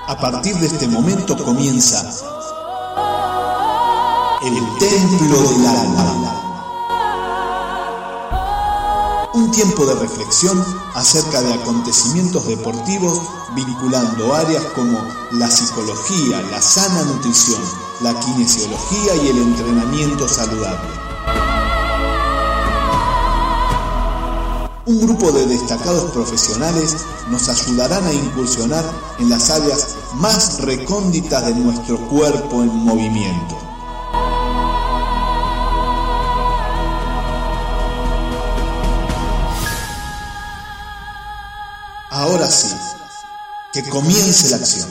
A partir de este momento comienza el Templo del Alma. Un tiempo de reflexión acerca de acontecimientos deportivos vinculando áreas como la psicología, la sana nutrición, la kinesiología y el entrenamiento saludable. Un grupo de destacados profesionales nos ayudarán a incursionar en las áreas más recónditas de nuestro cuerpo en movimiento. Ahora sí, que comience la acción.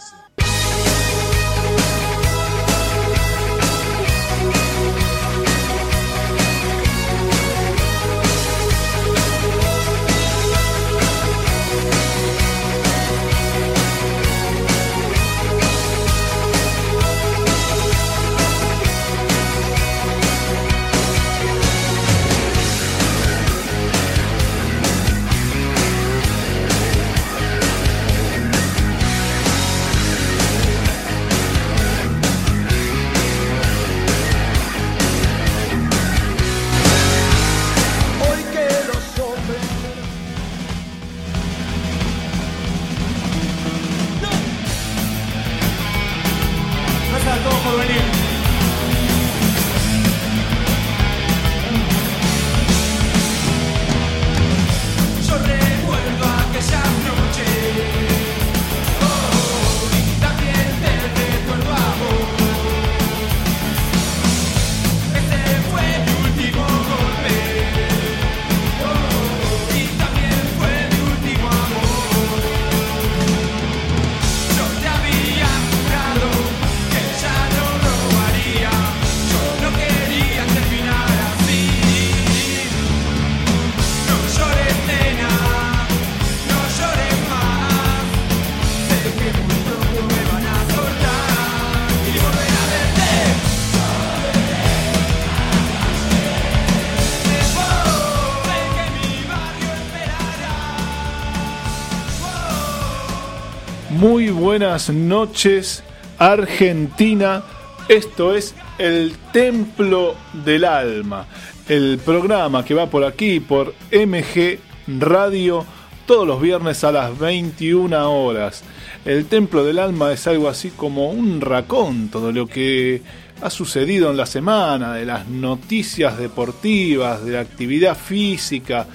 Muy buenas noches, Argentina. Esto es el Templo del Alma, el programa que va por aquí, por MG Radio, todos los viernes a las 21 horas. El Templo del Alma es algo así como un raconto de lo que ha sucedido en la semana, de las noticias deportivas, de la actividad física,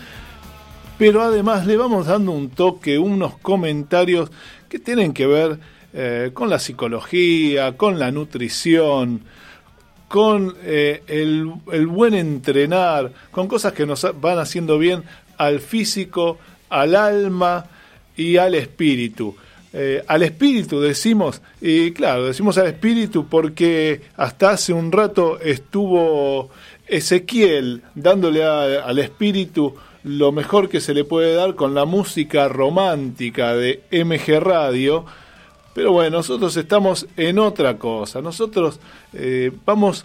pero además le vamos dando un toque, unos comentarios que tienen que ver con la psicología, con la nutrición, con el buen entrenar, con cosas que nos van haciendo bien al físico, al alma y al espíritu. Al espíritu decimos, y claro, decimos al espíritu porque hasta hace un rato estuvo Ezequiel dándole al espíritu lo mejor que se le puede dar con la música romántica de MG Radio. Pero bueno, nosotros estamos en otra cosa. Nosotros vamos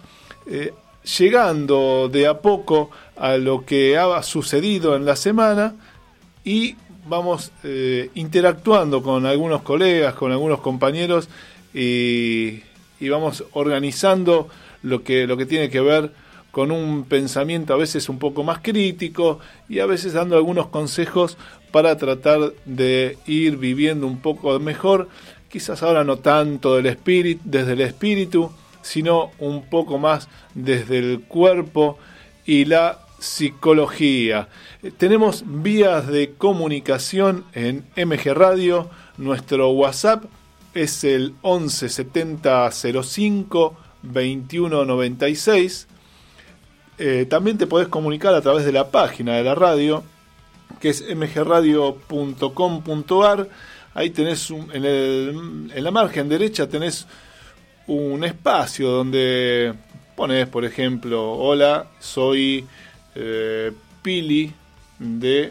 llegando de a poco a lo que ha sucedido en la semana y vamos interactuando con algunos colegas, con algunos compañeros y vamos organizando lo que tiene que ver con un pensamiento a veces un poco más crítico y a veces dando algunos consejos para tratar de ir viviendo un poco mejor, quizás ahora no tanto desde el espíritu, sino un poco más desde el cuerpo y la psicología. Tenemos vías de comunicación en MG Radio. Nuestro WhatsApp es el 11 70 05 21 96. También te podés comunicar a través de la página de la radio, que es mgradio.com.ar. Ahí tenés en la margen derecha tenés un espacio donde pones, por ejemplo, hola, soy Pili de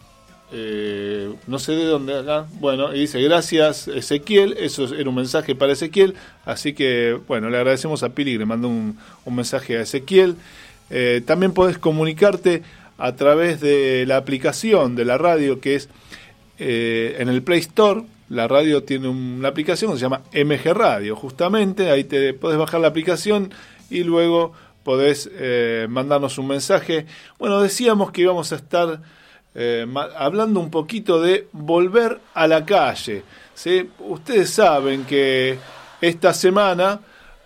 no sé de dónde acá. Bueno, y dice gracias Ezequiel. Eso era un mensaje para Ezequiel, así que bueno, le agradecemos a Pili que le mandó un mensaje a Ezequiel. También podés comunicarte a través de la aplicación de la radio, que es en el Play Store, la radio tiene una aplicación que se llama MG Radio, justamente, ahí te podés bajar la aplicación y luego podés mandarnos un mensaje. Bueno, decíamos que íbamos a estar hablando un poquito de volver a la calle, ¿sí? Ustedes saben que esta semana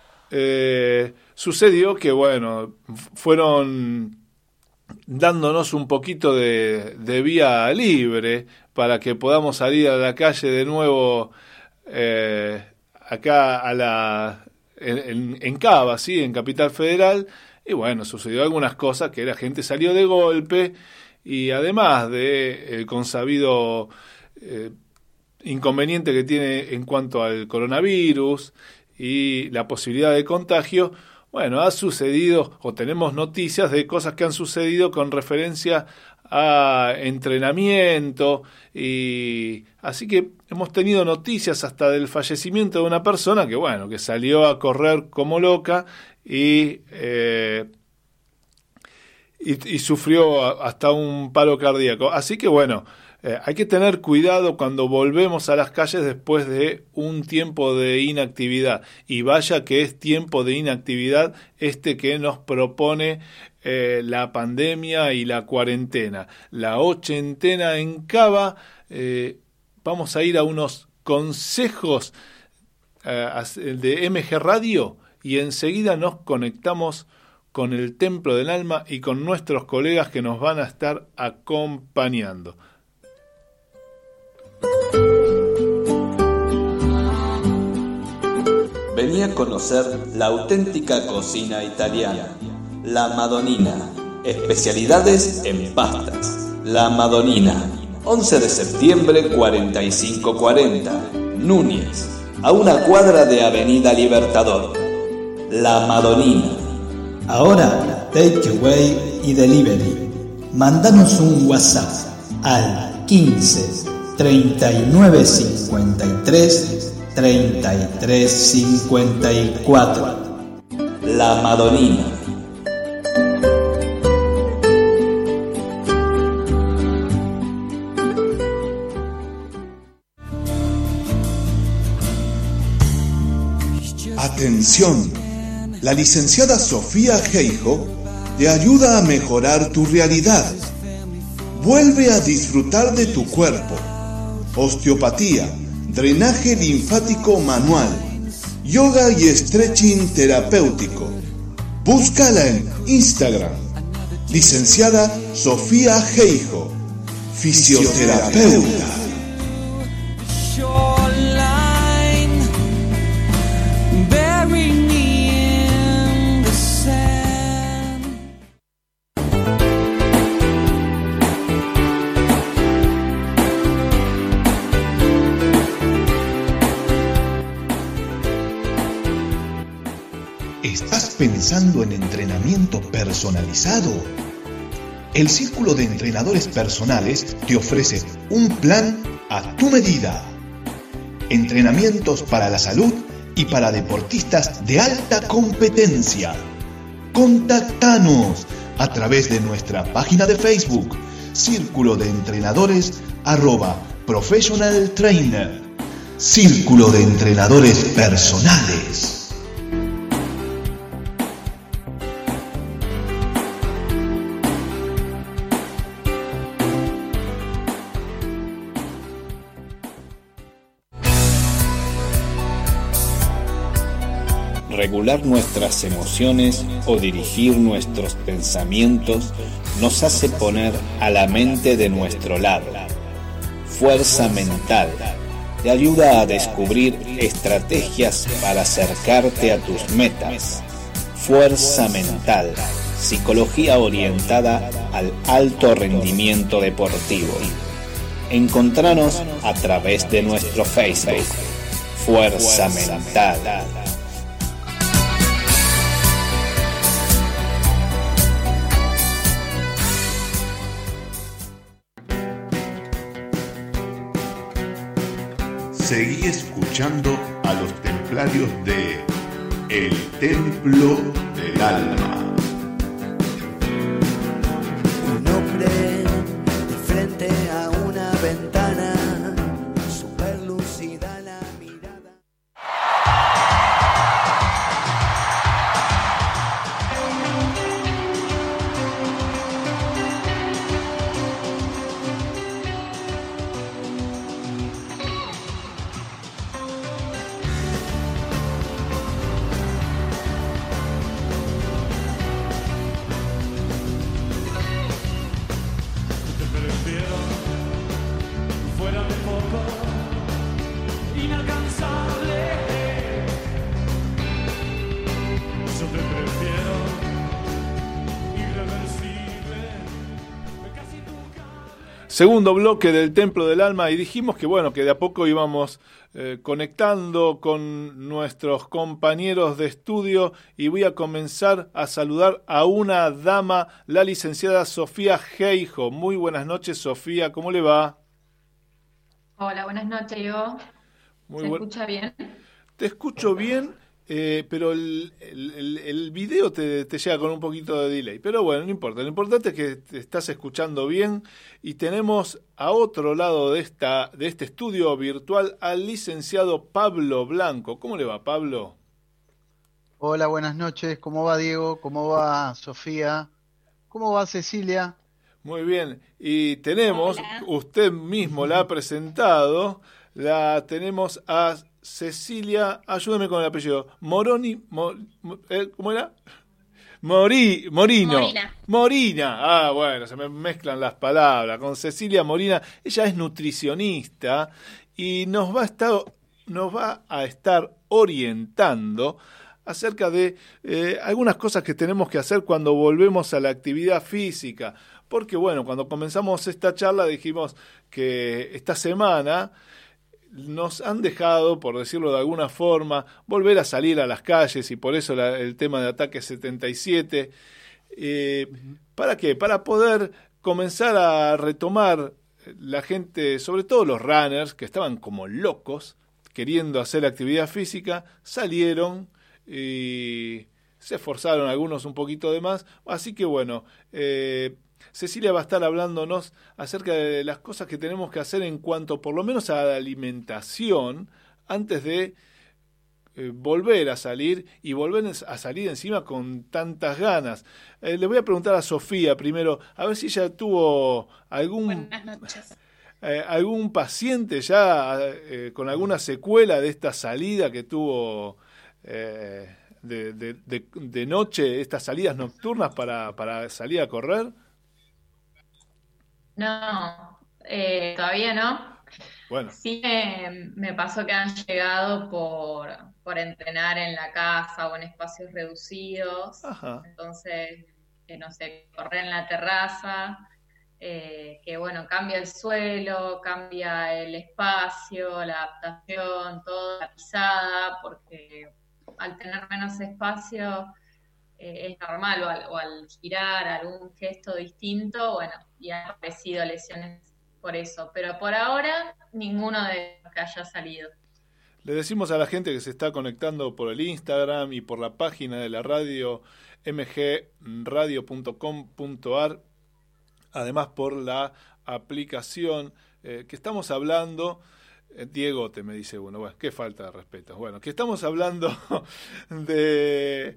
sucedió que, bueno, fueron dándonos un poquito de vía libre para que podamos salir a la calle de nuevo, acá en Cava, ¿sí? En Capital Federal. Y bueno, sucedió algunas cosas, que la gente salió de golpe, y además de el consabido inconveniente que tiene en cuanto al coronavirus y la posibilidad de contagio, bueno, ha sucedido, o tenemos noticias de cosas que han sucedido con referencia a entrenamiento, y así que hemos tenido noticias hasta del fallecimiento de una persona que, bueno, que salió a correr como loca y sufrió hasta un paro cardíaco. Así que, bueno, hay que tener cuidado cuando volvemos a las calles después de un tiempo de inactividad. Y vaya que es tiempo de inactividad que nos propone la pandemia y la cuarentena. La ochentena en Cava. Vamos a ir a unos consejos de MG Radio y enseguida nos conectamos con el Templo del Alma y con nuestros colegas que nos van a estar acompañando. Vení a conocer la auténtica cocina italiana, La Madonnina, especialidades en pastas. La Madonnina, 11 de septiembre 4540, Núñez, a una cuadra de Avenida Libertador. La Madonnina. Ahora, takeaway y delivery. Mándanos un WhatsApp al 15 39 53 33 54. La Madonnina. Atención, la licenciada Sofía Geijo te ayuda a mejorar tu realidad. Vuelve a disfrutar de tu cuerpo. Osteopatía, drenaje linfático manual, yoga y stretching terapéutico. Búscala en Instagram. Licenciada Sofía Geijo, fisioterapeuta. ¿Estás pensando en entrenamiento personalizado? El Círculo de Entrenadores Personales te ofrece un plan a tu medida. Entrenamientos para la salud y para deportistas de alta competencia. Contactanos a través de nuestra página de Facebook, Círculo de Entrenadores @Professional Trainer. Círculo de Entrenadores Personales. Regular nuestras emociones o dirigir nuestros pensamientos nos hace poner a la mente de nuestro lado. Fuerza Mental te ayuda a descubrir estrategias para acercarte a tus metas. Fuerza Mental, psicología orientada al alto rendimiento deportivo. Encontranos a través de nuestro Facebook. Fuerza Mental. Seguí escuchando a los templarios de El Templo del Alma. Un hombre de frente a una ventana, super luciente. segundo bloque del Templo del Alma y dijimos que bueno, que de a poco íbamos conectando con nuestros compañeros de estudio y voy a comenzar a saludar a una dama, la licenciada Sofía Geijo. Muy buenas noches, Sofía, ¿cómo le va? Hola, buenas noches, Ivo. ¿Se escucha bien? Te escucho bien, pero el video te llega con un poquito de delay. Pero bueno, no importa. Lo importante es que te estás escuchando bien y tenemos a otro lado de este estudio virtual al licenciado Pablo Blanco. ¿Cómo le va, Pablo? Hola, buenas noches. ¿Cómo va Diego? ¿Cómo va Sofía? ¿Cómo va Cecilia? Muy bien. Y tenemos, Hola. usted mismo la ha presentado, tenemos a Cecilia, ayúdeme con el apellido, Moroni, ¿cómo era? Morino. Morina. Ah, bueno, se me mezclan las palabras. Con Cecilia Morina, ella es nutricionista y nos va a estar orientando acerca de algunas cosas que tenemos que hacer cuando volvemos a la actividad física. Porque bueno, cuando comenzamos esta charla dijimos que esta semana nos han dejado, por decirlo de alguna forma, volver a salir a las calles y por eso el tema de Ataque 77. ¿Para qué? Para poder comenzar a retomar la gente, sobre todo los runners, que estaban como locos queriendo hacer actividad física, salieron y se esforzaron algunos un poquito de más. Así que bueno, Cecilia va a estar hablándonos acerca de las cosas que tenemos que hacer en cuanto por lo menos a la alimentación antes de volver a salir y volver a salir encima con tantas ganas. Le voy a preguntar a Sofía primero, a ver si ella tuvo algún paciente ya con alguna secuela de esta salida que tuvo de noche, estas salidas nocturnas para salir a correr. No, todavía no. Bueno, Sí me pasó que han llegado por entrenar en la casa o en espacios reducidos. ajá. Entonces, no sé, correr en la terraza, que bueno, cambia el suelo, cambia el espacio, la adaptación, toda la pisada, porque al tener menos espacio es normal, o al girar algún gesto distinto, bueno, y han aparecido lesiones por eso. Pero por ahora, ninguno de los que haya salido. Le decimos a la gente que se está conectando por el Instagram y por la página de la radio mgradio.com.ar, además por la aplicación que estamos hablando. Diego te me dice uno, bueno, qué falta de respeto. Bueno, que estamos hablando de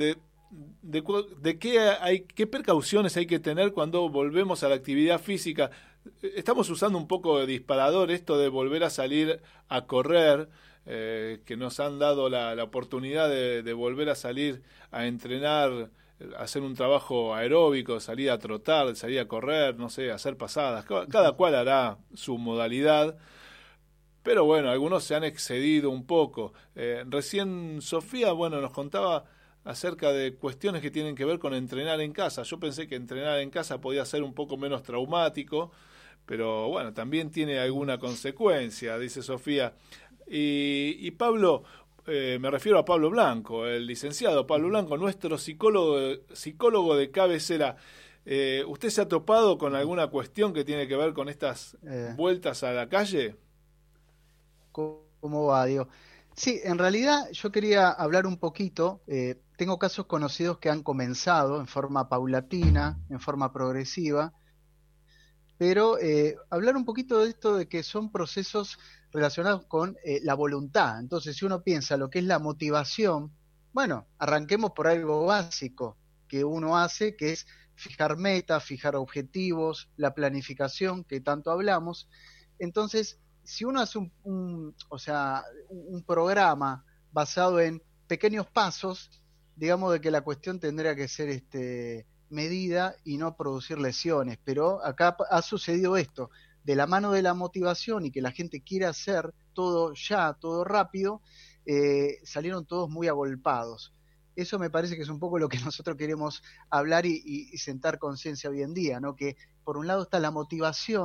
qué precauciones hay que tener cuando volvemos a la actividad física. Estamos usando un poco de disparador esto de volver a salir a correr, que nos han dado la oportunidad de volver a salir a entrenar, hacer un trabajo aeróbico, salir a trotar, salir a correr, no sé, hacer pasadas. Cada cual hará su modalidad. Pero bueno, algunos se han excedido un poco. Recién Sofía, bueno, nos contaba acerca de cuestiones que tienen que ver con entrenar en casa. Yo pensé que entrenar en casa podía ser un poco menos traumático, pero bueno, también tiene alguna consecuencia, dice Sofía. Y Pablo, me refiero a Pablo Blanco, el licenciado Pablo Blanco, nuestro psicólogo de cabecera. ¿Usted se ha topado con alguna cuestión que tiene que ver con estas vueltas a la calle? ¿Cómo va, Diego? Sí, en realidad yo quería hablar un poquito. Tengo casos conocidos que han comenzado en forma paulatina, en forma progresiva, pero hablar un poquito de esto de que son procesos relacionados con la voluntad. Entonces, si uno piensa lo que es la motivación, bueno, arranquemos por algo básico que uno hace, que es fijar metas, fijar objetivos, la planificación que tanto hablamos. Entonces, si uno hace un programa basado en pequeños pasos, digamos de que la cuestión tendría que ser medida y no producir lesiones. Pero acá ha sucedido esto, de la mano de la motivación y que la gente quiere hacer todo ya, todo rápido, salieron todos muy agolpados. Eso me parece que es un poco lo que nosotros queremos hablar y sentar conciencia hoy en día, ¿no? Que por un lado está la motivación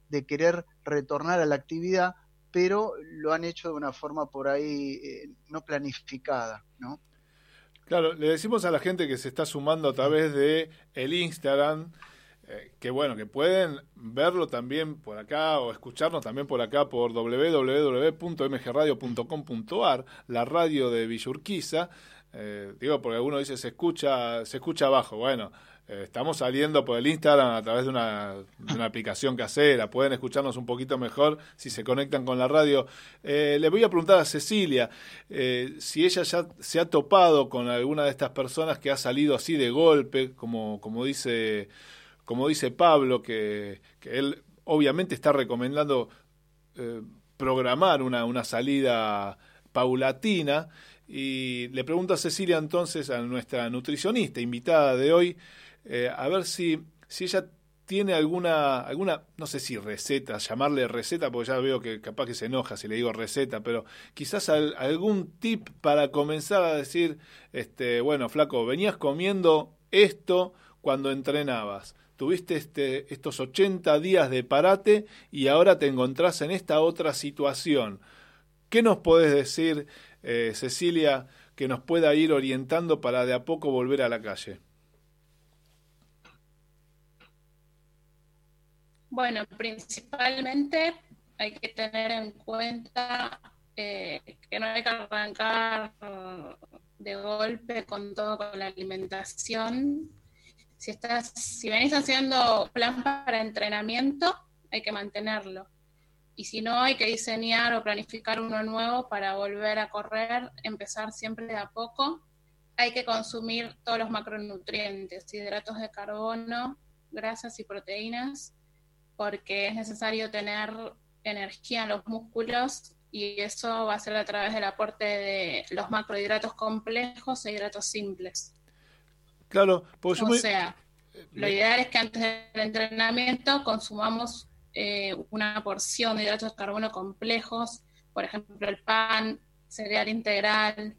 de querer retornar a la actividad, pero lo han hecho de una forma por ahí no planificada, ¿no? Claro, le decimos a la gente que se está sumando a través de el Instagram, que bueno, que pueden verlo también por acá o escucharnos también por acá por www.mgradio.com.ar, la radio de Villa Urquiza. Digo, porque alguno dice se escucha abajo. Bueno, estamos saliendo por el Instagram a través de una aplicación casera. Pueden escucharnos un poquito mejor si se conectan con la radio. Le voy a preguntar a Cecilia si ella ya se ha topado con alguna de estas personas que ha salido así de golpe, como dice Pablo, que él obviamente está recomendando programar una salida paulatina. Y le pregunto a Cecilia entonces, a nuestra nutricionista invitada de hoy, a ver si ella tiene alguna, no sé si receta, llamarle receta, porque ya veo que capaz que se enoja si le digo receta, pero quizás algún tip para comenzar a decir, bueno, flaco, venías comiendo esto cuando entrenabas. Tuviste estos 80 días de parate y ahora te encontrás en esta otra situación. ¿Qué nos podés decir, Cecilia, que nos pueda ir orientando para de a poco volver a la calle? Bueno, principalmente hay que tener en cuenta que no hay que arrancar de golpe con todo con la alimentación. Si venís haciendo plan para entrenamiento, hay que mantenerlo. Y si no, hay que diseñar o planificar uno nuevo para volver a correr, empezar siempre de a poco. Hay que consumir todos los macronutrientes, hidratos de carbono, grasas y proteínas, porque es necesario tener energía en los músculos y eso va a ser a través del aporte de los macrohidratos complejos e hidratos simples. Claro, pues lo ideal es que antes del entrenamiento consumamos una porción de hidratos de carbono complejos, por ejemplo el pan, cereal integral,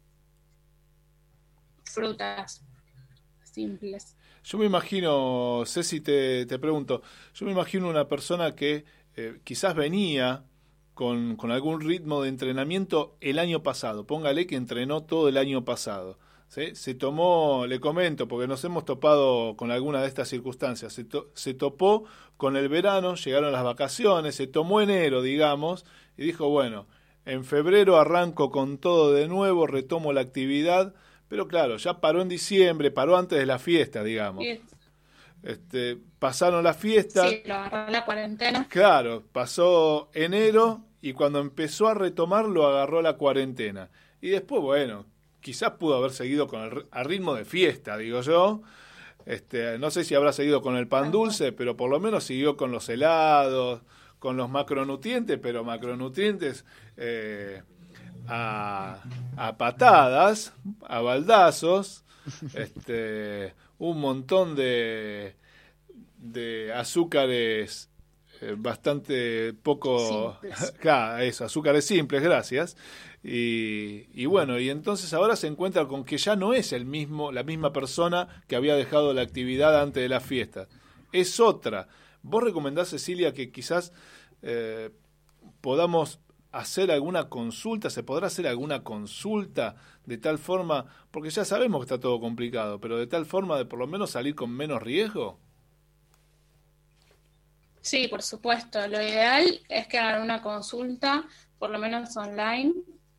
frutas simples. Yo me imagino, Ceci, te pregunto, yo me imagino una persona que quizás venía con algún ritmo de entrenamiento el año pasado, póngale que entrenó todo el año pasado, ¿sí? Se tomó, le comento, porque nos hemos topado con alguna de estas circunstancias, se topó con el verano, llegaron las vacaciones, se tomó enero, digamos, y dijo, bueno, en febrero arranco con todo de nuevo, retomo la actividad, pero claro, ya paró en diciembre, paró antes de la fiesta, digamos. Pasaron las fiestas. Sí, lo agarró la cuarentena. Claro, pasó enero y cuando empezó a retomar lo agarró la cuarentena. Y después, bueno, quizás pudo haber seguido con a ritmo de fiesta, digo yo. No sé si habrá seguido con el pan dulce, pero por lo menos siguió con los helados, con los macronutrientes, pero macronutrientes a patadas, a baldazos, un montón de azúcares bastante poco, eso, azúcares simples, gracias. Y bueno, y entonces ahora se encuentra con que ya no es la misma persona que había dejado la actividad antes de la fiesta, es otra. ¿Vos recomendás, Cecilia, que quizás podamos hacer alguna consulta? ¿Se podrá hacer alguna consulta de tal forma, porque ya sabemos que está todo complicado, pero de tal forma de por lo menos salir con menos riesgo? Sí, por supuesto. Lo ideal es que hagan una consulta, por lo menos online,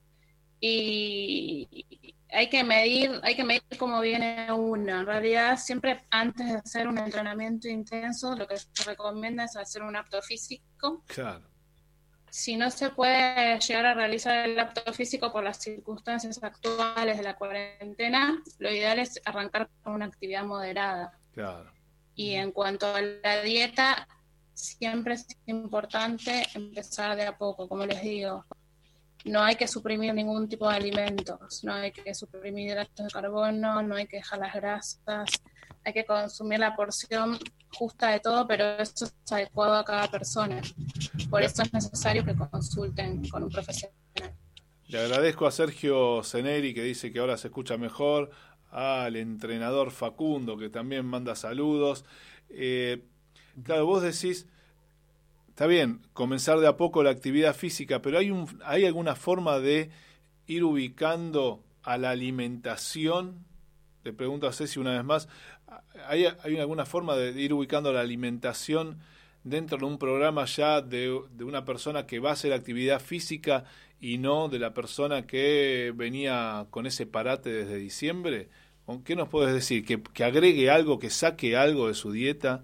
y hay que medir cómo viene uno. En realidad, siempre antes de hacer un entrenamiento intenso, lo que se recomienda es hacer un apto físico. Claro. Si no se puede llegar a realizar el apto físico por las circunstancias actuales de la cuarentena, lo ideal es arrancar con una actividad moderada. Claro. Y en cuanto a la dieta, siempre es importante empezar de a poco, como les digo. No hay que suprimir ningún tipo de alimentos, no hay que suprimir hidratos de carbono, no hay que dejar las grasas, hay que consumir la porción justa de todo, pero eso es adecuado a cada persona. Por eso es necesario que consulten con un profesional. Le agradezco a Sergio Ceneri, que dice que ahora se escucha mejor, al entrenador Facundo, que también manda saludos. Claro, vos decís, está bien, comenzar de a poco la actividad física, pero ¿hay alguna forma de ir ubicando a la alimentación? Le pregunto a Ceci una vez más, ¿hay alguna forma de ir ubicando la alimentación dentro de un programa ya de una persona que va a hacer actividad física y no de la persona que venía con ese parate desde diciembre? ¿Qué nos puedes decir? ¿Que agregue algo, que saque algo de su dieta?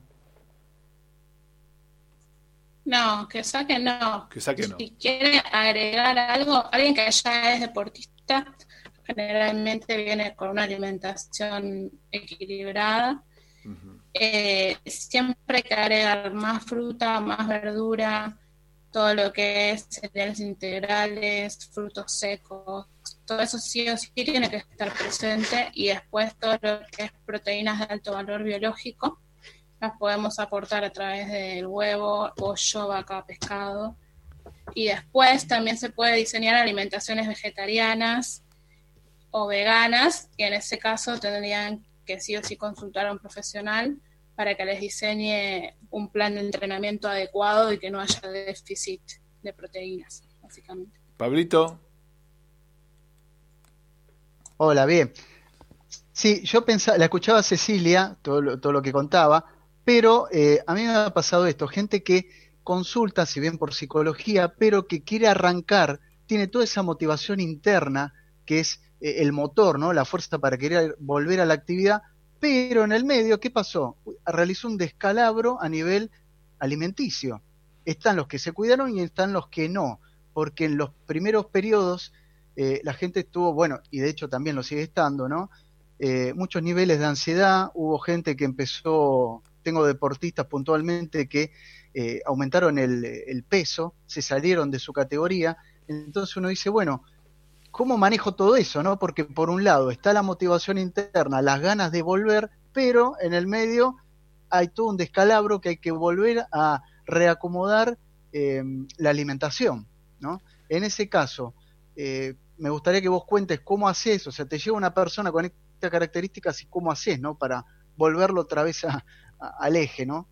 No, que saque no. Que saque no. Si quiere agregar algo, alguien que ya es deportista, generalmente viene con una alimentación equilibrada. Uh-huh. Siempre hay que agregar más fruta, más verdura, todo lo que es cereales integrales, frutos secos, todo eso sí o sí tiene que estar presente, y después todo lo que es proteínas de alto valor biológico las podemos aportar a través del huevo, pollo, vaca, pescado. Y después también se puede diseñar alimentaciones vegetarianas o veganas, y en ese caso tendrían que sí o sí consultar a un profesional para que les diseñe un plan de entrenamiento adecuado y que no haya déficit de proteínas, básicamente. Pablito. Hola, bien. Sí, yo pensaba, la escuchaba a Cecilia, todo lo que contaba, pero a mí me ha pasado esto, gente que consulta, si bien por psicología, pero que quiere arrancar, tiene toda esa motivación interna, que es el motor, ¿no? La fuerza para querer volver a la actividad, pero en el medio, ¿qué pasó? Realizó un descalabro a nivel alimenticio. Están los que se cuidaron y están los que no, porque en los primeros periodos la gente estuvo, bueno, y de hecho también lo sigue estando, ¿no? Muchos niveles de ansiedad, hubo gente que empezó, tengo deportistas puntualmente que aumentaron el peso, se salieron de su categoría, entonces uno dice, bueno, ¿cómo manejo todo eso, no? Porque por un lado está la motivación interna, las ganas de volver, pero en el medio hay todo un descalabro que hay que volver a reacomodar la alimentación, ¿no? En ese caso, me gustaría que vos cuentes cómo haces, o sea, te llega una persona con estas características y cómo haces, ¿no? Para volverlo otra vez al eje, ¿no?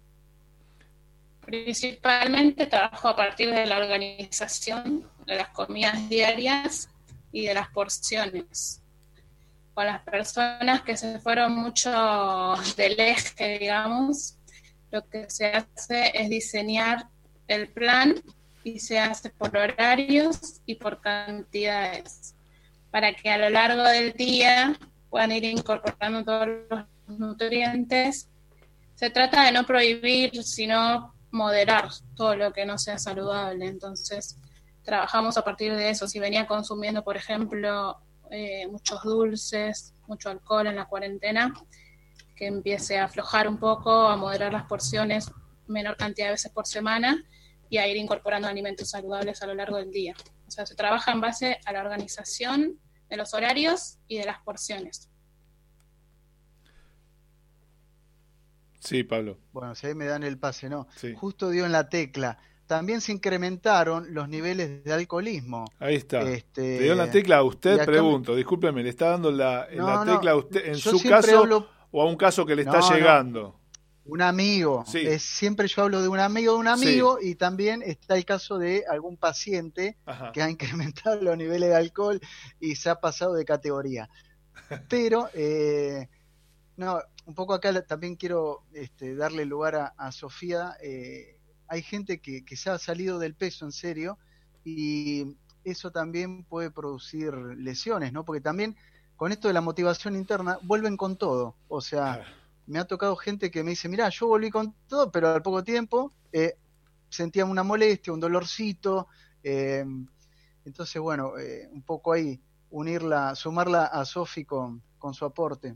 Principalmente trabajo a partir de la organización de las comidas diarias y de las porciones. Con las personas que se fueron mucho del eje, digamos, lo que se hace es diseñar el plan y se hace por horarios y por cantidades, para que a lo largo del día puedan ir incorporando todos los nutrientes. Se trata de no prohibir, sino moderar todo lo que no sea saludable. Entonces, trabajamos a partir de eso. Si venía consumiendo, por ejemplo, muchos dulces, mucho alcohol en la cuarentena, que empiece a aflojar un poco, a moderar las porciones, menor cantidad de veces por semana, y a ir incorporando alimentos saludables a lo largo del día. O sea, se trabaja en base a la organización de los horarios y de las porciones. Sí, Pablo. Bueno, si ahí me dan el pase, ¿no? Sí. Justo dio en la tecla. También se incrementaron los niveles de alcoholismo. Ahí está. Le dio en la tecla a usted, pregunto, discúlpeme, ¿le está dando la tecla a usted en su caso o a un caso que le está llegando? No. Un amigo. Sí. Siempre yo hablo de un amigo, sí. Y también está el caso de algún paciente que ha incrementado los niveles de alcohol y se ha pasado de categoría. Pero, no, un poco acá también quiero darle lugar a Sofía. Hay gente que se ha salido del peso en serio y eso también puede producir lesiones, ¿no? Porque también con esto de la motivación interna vuelven con todo. O sea, me ha tocado gente que me dice, mirá, yo volví con todo, pero al poco tiempo sentía una molestia, un dolorcito. Entonces, bueno, un poco ahí sumarla a Sofi con su aporte.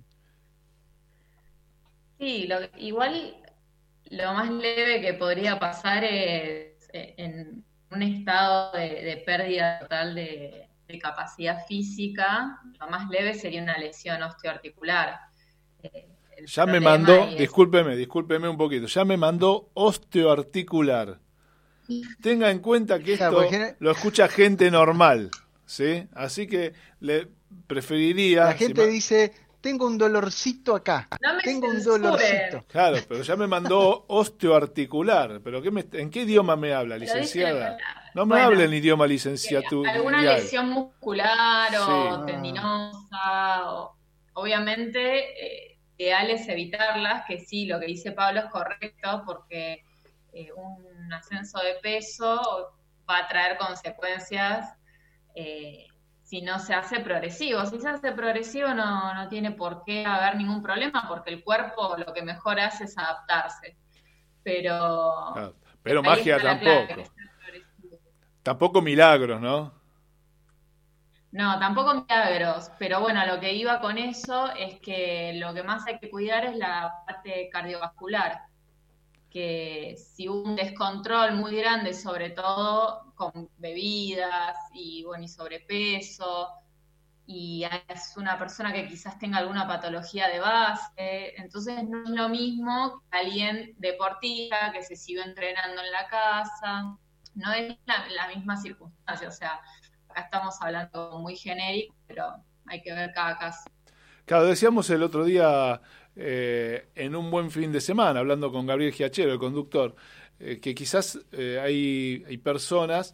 Sí, igual lo más leve que podría pasar es en un estado de pérdida total de capacidad física, lo más leve sería una lesión osteoarticular. Ya me mandó, discúlpeme un poquito, ya me mandó osteoarticular. Tenga en cuenta que esto lo escucha gente normal, ¿sí? Así que le preferiría... La gente dice tengo un dolorcito acá. No me tengo un censuren. dolorcito. Claro, pero ya me mandó osteoarticular. ¿Pero en qué idioma me habla, Pero dice la licenciada? palabra. No me Bueno, hable en idioma licenciatura. alguna lesión muscular o Sí. tendinosa, obviamente ideal es evitarlas, que sí, lo que dice Pablo es correcto, porque un ascenso de peso va a traer consecuencias si no se hace progresivo. Si se hace progresivo no tiene por qué haber ningún problema, porque el cuerpo lo que mejor hace es adaptarse. Pero, Claro, pero ahí magia está la clave, tampoco. que sea progresivo. Tampoco milagros, ¿no? No, tampoco milagros, pero bueno, lo que iba con eso es que lo que más hay que cuidar es la parte cardiovascular, que si hubo un descontrol muy grande, sobre todo con bebidas y bueno, y sobrepeso, y es una persona que quizás tenga alguna patología de base, entonces no es lo mismo que alguien deportista que se sigue entrenando en la casa, no es la misma circunstancia, o sea, acá estamos hablando muy genérico, pero hay que ver cada caso. Claro, decíamos el otro día en un buen fin de semana, hablando con Gabriel Giachero, el conductor, que quizás hay personas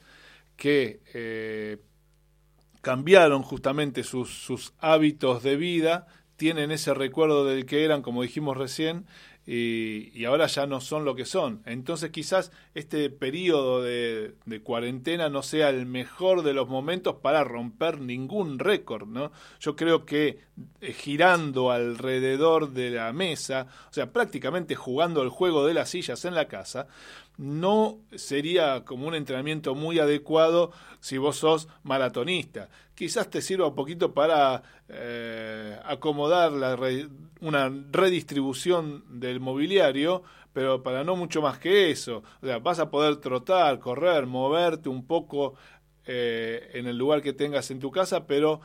que cambiaron justamente sus hábitos de vida, tienen ese recuerdo del que eran, como dijimos recién, y ahora ya no son lo que son. Entonces quizás este periodo de cuarentena no sea el mejor de los momentos para romper ningún récord, ¿no? Yo creo que girando alrededor de la mesa, o sea, prácticamente jugando el juego de las sillas en la casa, no sería como un entrenamiento muy adecuado si vos sos maratonista. Quizás te sirva un poquito para acomodar una redistribución del mobiliario, pero para no mucho más que eso. O sea, vas a poder trotar, correr, moverte un poco en el lugar que tengas en tu casa, pero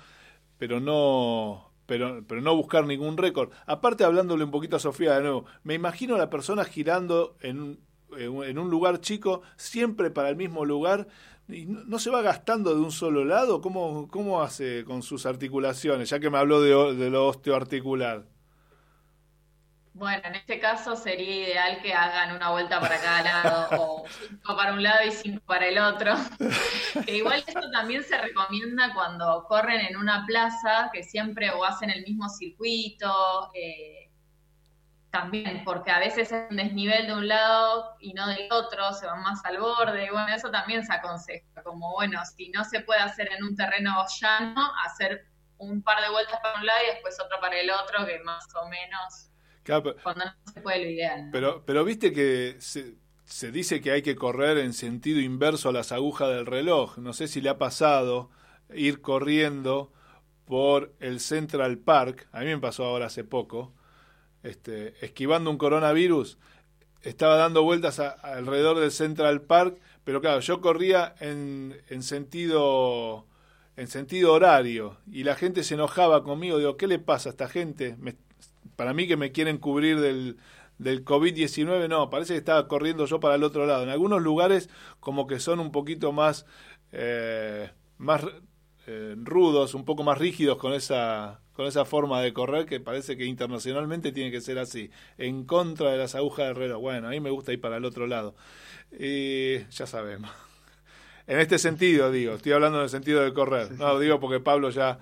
no buscar ningún récord. Aparte, hablándole un poquito a Sofía de nuevo, me imagino a la persona girando en un lugar chico, siempre para el mismo lugar, y no se va gastando de un solo lado. ¿Cómo hace con sus articulaciones? Ya que me habló de lo osteoarticular. Bueno, en este caso sería ideal que hagan una vuelta para cada lado, o 5 para un lado y 5 para el otro. Que igual esto también se recomienda cuando corren en una plaza, que siempre o hacen el mismo circuito, también, porque a veces es un desnivel de un lado y no del otro, se van más al borde, y bueno, eso también se aconseja, como bueno, si no se puede hacer en un terreno llano, hacer un par de vueltas para un lado y después otro para el otro, que más o menos, Claro, cuando no se puede, lo ideal, ¿no? pero viste que se dice que hay que correr en sentido inverso a las agujas del reloj. No sé si le ha pasado ir corriendo por el Central Park. A mí me pasó ahora hace poco. Esquivando un coronavirus, estaba dando vueltas alrededor del Central Park, pero claro, yo corría en sentido horario, y la gente se enojaba conmigo. Digo, ¿qué le pasa a esta gente? Para mí que me quieren cubrir del COVID-19, no, parece que estaba corriendo yo para el otro lado. En algunos lugares como que son un poquito más rudos, un poco más rígidos con esa forma de correr, que parece que internacionalmente tiene que ser así, en contra de las agujas del reloj. Bueno, a mí me gusta ir para el otro lado. Ya sabemos. En este sentido, digo, estoy hablando en el sentido de correr. No, digo porque Pablo ya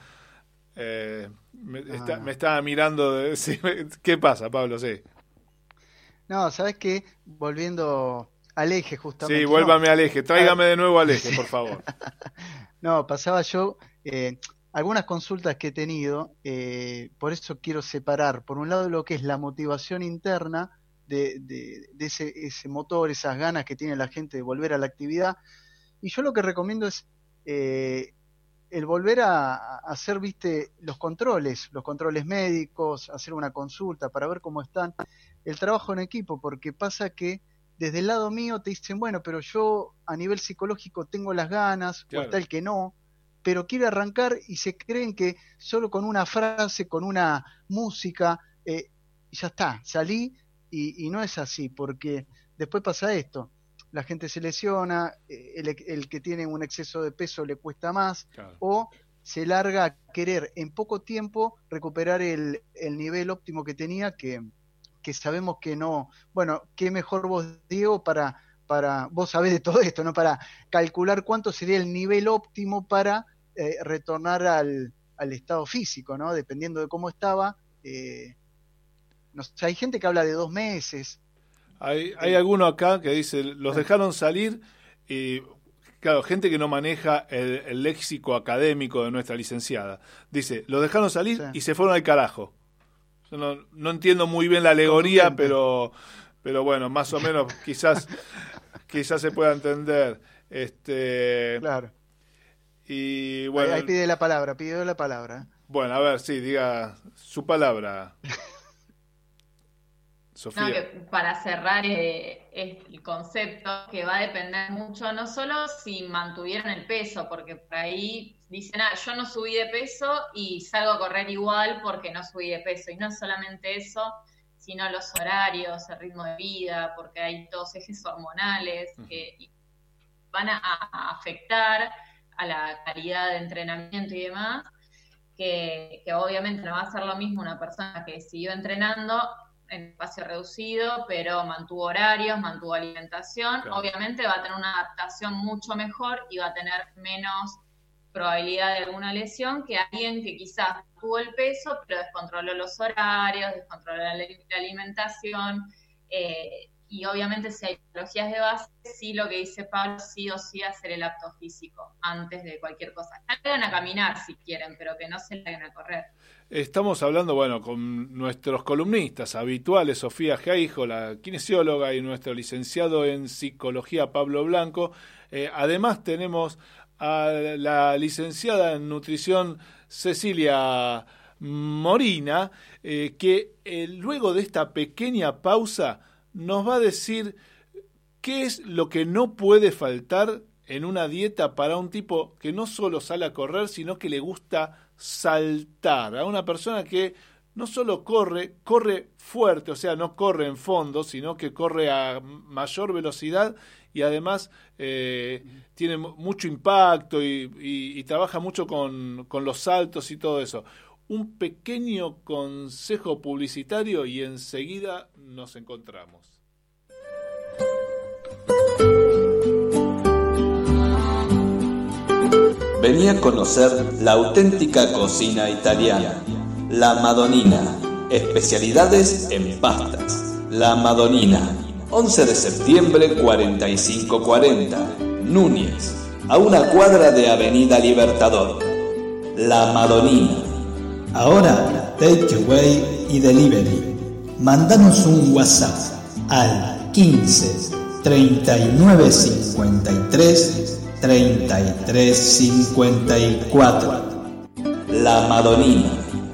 me estaba mirando. Sí, ¿qué pasa, Pablo? Sí. No, ¿sabes qué? Volviendo al eje, justamente. Sí, vuélvame al eje. Tráigame de nuevo al eje, por favor. No, pasaba yo, algunas consultas que he tenido, por eso quiero separar, por un lado, lo que es la motivación interna de ese motor, esas ganas que tiene la gente de volver a la actividad, y yo lo que recomiendo es el volver a hacer, viste, los controles médicos, hacer una consulta para ver cómo están, el trabajo en equipo, porque pasa que desde el lado mío te dicen, bueno, pero yo a nivel psicológico tengo las ganas, claro, o está el que no, pero quiere arrancar y se creen que solo con una frase, con una música, ya está, salí, y no es así, porque después pasa esto, la gente se lesiona, el que tiene un exceso de peso le cuesta más, claro, o se larga a querer en poco tiempo recuperar el nivel óptimo que tenía, que sabemos que no. Bueno, qué mejor vos, Diego, para vos sabés de todo esto, ¿no? Para calcular cuánto sería el nivel óptimo para retornar al estado físico, ¿no? Dependiendo de cómo estaba. No sé, hay gente que habla de 2 meses. Hay alguno acá que dice, los dejaron salir y... Claro, gente que no maneja el léxico académico de nuestra licenciada. Dice, los dejaron salir y se fueron al carajo. Yo no entiendo muy bien la alegoría, pero bueno, más o menos quizás se pueda entender. Claro. Y bueno. Ahí pidió la palabra. Bueno, a ver, sí, diga su palabra. Sofía. No, que para cerrar el concepto, que va a depender mucho, no solo si mantuvieron el peso, porque por ahí dicen, yo no subí de peso y salgo a correr igual porque no subí de peso. Y no solamente eso, sino los horarios, el ritmo de vida, porque hay todos ejes hormonales que van a afectar a la calidad de entrenamiento y demás, que obviamente no va a ser lo mismo una persona que siguió entrenando en espacio reducido, pero mantuvo horarios, mantuvo alimentación, claro. Obviamente va a tener una adaptación mucho mejor y va a tener menos probabilidad de alguna lesión que alguien que quizás tuvo el peso, pero descontroló los horarios, descontroló la alimentación, y obviamente si hay patologías de base, sí, lo que dice Pablo, sí o sí hacer el apto físico antes de cualquier cosa. Salgan a caminar si quieren, pero que no se larguen a correr. Estamos hablando, bueno, con nuestros columnistas habituales, Sofía Geijo, la kinesióloga, y nuestro licenciado en psicología, Pablo Blanco. Además tenemos a la licenciada en nutrición, Cecilia Morina, que luego de esta pequeña pausa nos va a decir qué es lo que no puede faltar en una dieta para un tipo que no solo sale a correr, sino que le gusta saltar. A una persona que no solo corre fuerte, o sea, no corre en fondo, sino que corre a mayor velocidad y además tiene mucho impacto y trabaja mucho con los saltos y todo eso. Un pequeño consejo publicitario y enseguida nos encontramos. Vení a conocer la auténtica cocina italiana, La Madonina, especialidades en pastas. La Madonina, 11 de septiembre 4540, Núñez, a una cuadra de Avenida Libertador. La Madonina. Ahora, takeaway y delivery. Mándanos un WhatsApp al 15 39 53 33 54. La Madonina.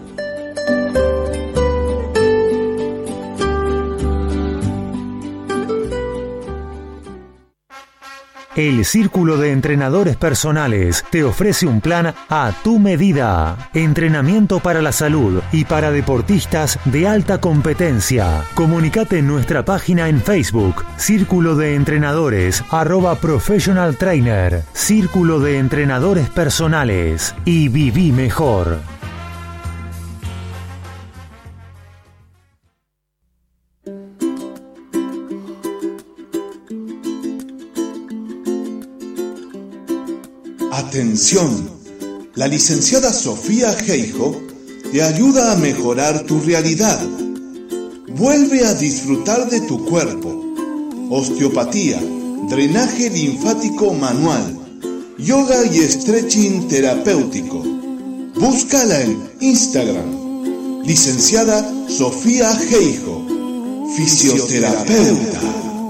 El Círculo de Entrenadores Personales te ofrece un plan a tu medida. Entrenamiento para la salud y para deportistas de alta competencia. Comunicate en nuestra página en Facebook, Círculo de Entrenadores, @Professional Trainer, Círculo de Entrenadores Personales, y viví mejor. Atención, la licenciada Sofía Geijo te ayuda a mejorar tu realidad. Vuelve a disfrutar de tu cuerpo. Osteopatía, drenaje linfático manual, yoga y stretching terapéutico. Búscala en Instagram. Licenciada Sofía Geijo, fisioterapeuta.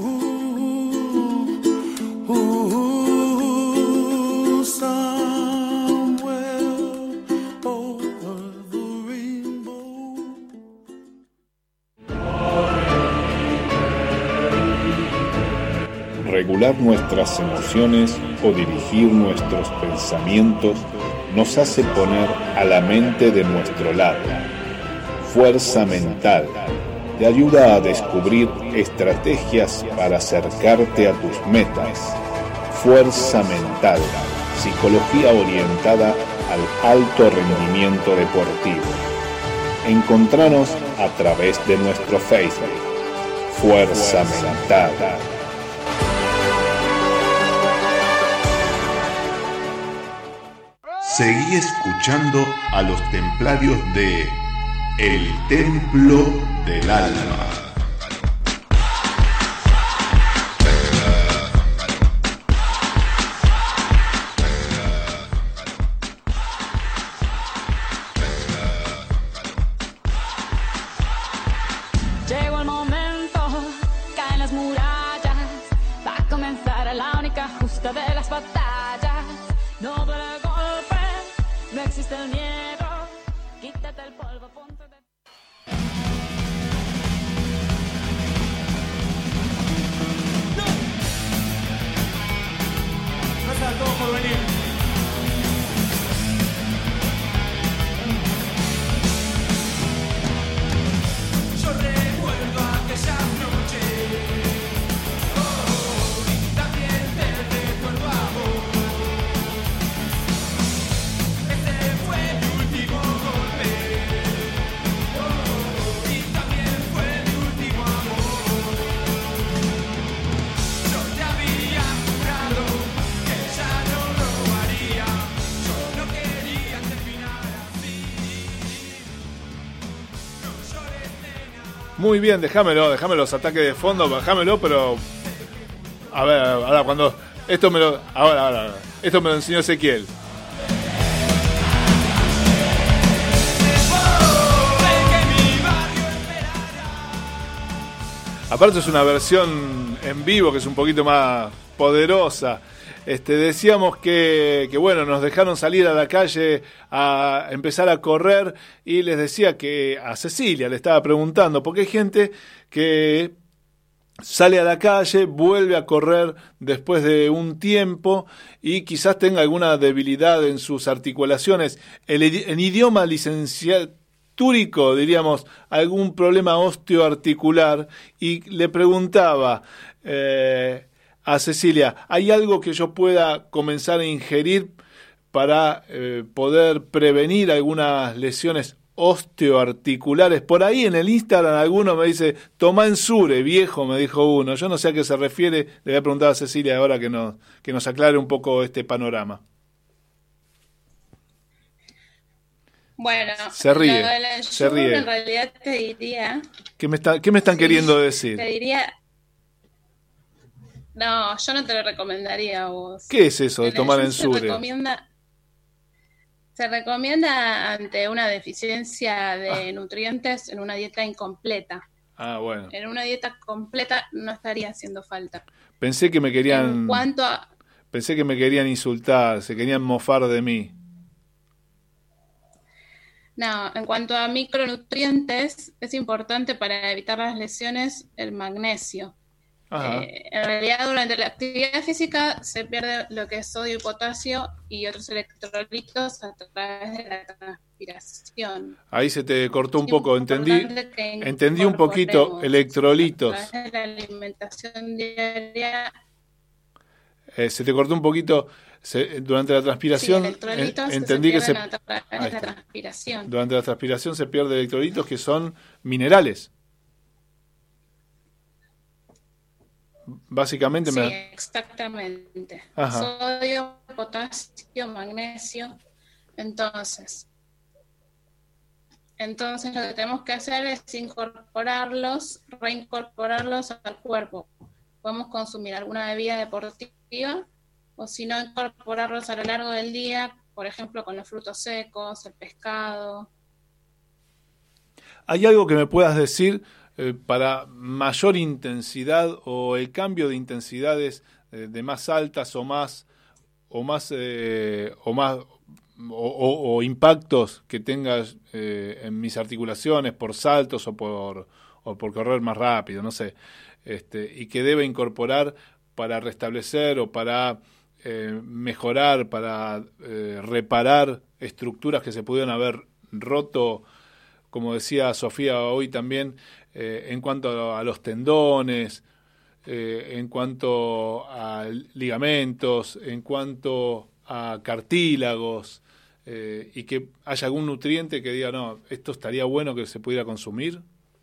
Regular nuestras emociones o dirigir nuestros pensamientos nos hace poner a la mente de nuestro lado. Fuerza mental te ayuda a descubrir estrategias para acercarte a tus metas. Fuerza mental, psicología orientada al alto rendimiento deportivo. Encontranos a través de nuestro Facebook, Fuerza Mental. Seguí escuchando a los templarios de El Templo del Alma. Llegó el momento, caen las murallas, va a comenzar la única justa de las batallas. No duele el golpe, no existe el miedo, quítate el polvo, ponte de... Gracias a todos por venir. Yo recuerdo aquella noche, y también te recuerdo a vos. Ese fue mi último golpe, y también fue mi último amor. Yo te había jurado que ya no lo haría, yo no quería terminar así. No llores, nena. Muy bien, déjamelo los ataques de fondo, déjamelo, pero... A ver, ahora cuando... Esto me lo... Ahora. Esto me lo enseñó Ezequiel. Aparte es una versión en vivo que es un poquito más poderosa. Decíamos que bueno, nos dejaron salir a la calle a empezar a correr y les decía que a Cecilia le estaba preguntando, porque hay gente que sale a la calle, vuelve a correr después de un tiempo y quizás tenga alguna debilidad en sus articulaciones. En idioma licenciatúrico, diríamos, algún problema osteoarticular, y le preguntaba a Cecilia, ¿hay algo que yo pueda comenzar a ingerir para poder prevenir algunas lesiones osteoarticulares? Por ahí en el Instagram alguno me dice, toma Ensure, viejo, me dijo uno. Yo no sé a qué se refiere, le voy a preguntar a Cecilia ahora que nos aclare un poco este panorama. Bueno, Se ríe, lo del Ensure, se ríe. en realidad te diría... ¿Qué me están queriendo decir? Te diría... No, yo no te lo recomendaría a vos. ¿Qué es eso de tomar Ensure Ensure? Se recomienda ante una deficiencia de nutrientes en una dieta incompleta. Ah, bueno. En una dieta completa no estaría haciendo falta. Pensé que me querían insultar, se querían mofar de mí. No, en cuanto a micronutrientes, es importante para evitar las lesiones el magnesio. En realidad, durante la actividad física se pierde lo que es sodio y potasio y otros electrolitos a través de la transpiración. Ahí se te cortó un poco, entendí un poquito, electrolitos. A través de la alimentación diaria. Se te cortó un poquito durante la transpiración. Sí, electrolitos Entendí que a través de la transpiración. Durante la transpiración se pierde electrolitos que son minerales. Básicamente sí, exactamente. Ajá. Sodio, potasio, magnesio. Entonces lo que tenemos que hacer es reincorporarlos al cuerpo. Podemos consumir alguna bebida deportiva o si no, incorporarlos a lo largo del día, por ejemplo, con los frutos secos, el pescado. ¿Hay algo que me puedas decir para mayor intensidad o el cambio de intensidades de más altas o impactos que tengas en mis articulaciones por saltos o por correr más rápido, no sé, y que debe incorporar para restablecer o para mejorar, para reparar estructuras que se pudieron haber roto, como decía Sofía hoy también, en cuanto a los tendones, en cuanto a ligamentos, en cuanto a cartílagos, y que haya algún nutriente que diga, no, esto estaría bueno que se pudiera consumir.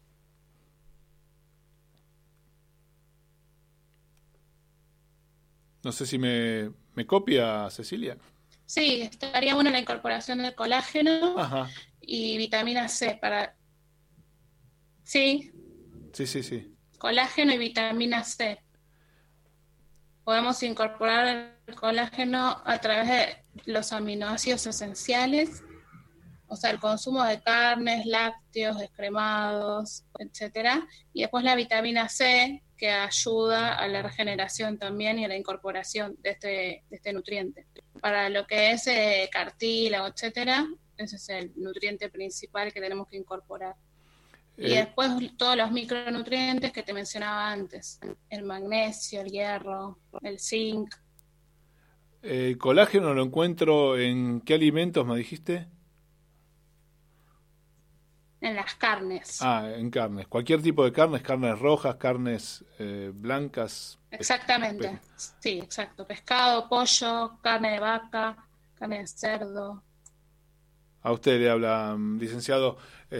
No sé si me copia, Cecilia. Sí, estaría buena la incorporación del colágeno Ajá. y vitamina C para... Sí, Sí. colágeno y vitamina C. Podemos incorporar el colágeno a través de los aminoácidos esenciales, o sea, el consumo de carnes, lácteos, descremados, etcétera. Y después la vitamina C, que ayuda a la regeneración también y a la incorporación de este nutriente. Para lo que es cartílago, etcétera, ese es el nutriente principal que tenemos que incorporar. Y después todos los micronutrientes que te mencionaba antes, el magnesio, el hierro, el zinc. ¿El colágeno lo encuentro en qué alimentos me dijiste? En las carnes. En carnes. Cualquier tipo de carnes rojas, carnes blancas. Exactamente, sí, exacto. Pescado, pollo, carne de vaca, carne de cerdo. A usted le habla, licenciado,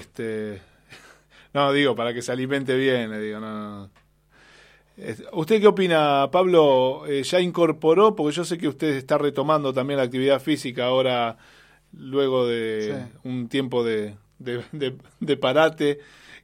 no, digo, para que se alimente bien, le digo, no. ¿Usted qué opina, Pablo? ¿Ya incorporó? Porque yo sé que usted está retomando también la actividad física ahora, luego de un tiempo de parate.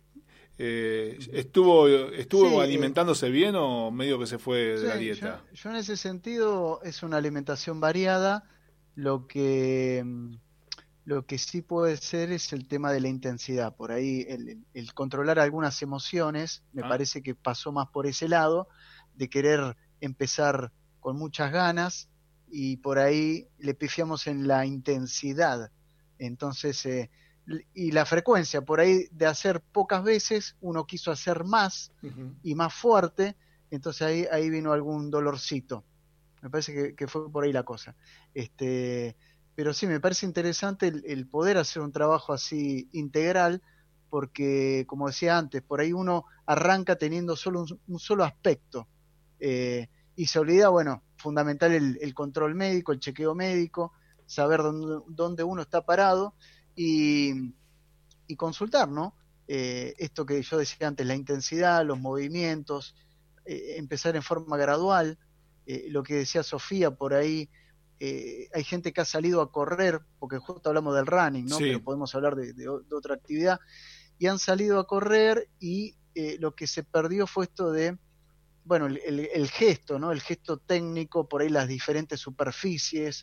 ¿Estuvo alimentándose bien o medio que se fue de la dieta? Yo en ese sentido es una alimentación variada. Lo que sí puede ser es el tema de la intensidad. Por ahí el controlar algunas emociones, me parece que pasó más por ese lado, de querer empezar con muchas ganas y por ahí le pifiamos en la intensidad. Entonces, y la frecuencia, por ahí de hacer pocas veces, uno quiso hacer más y más fuerte, entonces ahí vino algún dolorcito. Me parece que fue por ahí la cosa. Pero sí, me parece interesante el poder hacer un trabajo así integral, porque, como decía antes, por ahí uno arranca teniendo solo un solo aspecto y se olvida, bueno, fundamental el control médico, el chequeo médico, saber dónde uno está parado y consultar, ¿no? Esto que yo decía antes, la intensidad, los movimientos, empezar en forma gradual, lo que decía Sofía por ahí. Hay gente que ha salido a correr, porque justo hablamos del running, ¿no? Sí. Pero podemos hablar de otra actividad, y han salido a correr y lo que se perdió fue esto de, bueno, el gesto, ¿no? El gesto técnico, por ahí las diferentes superficies.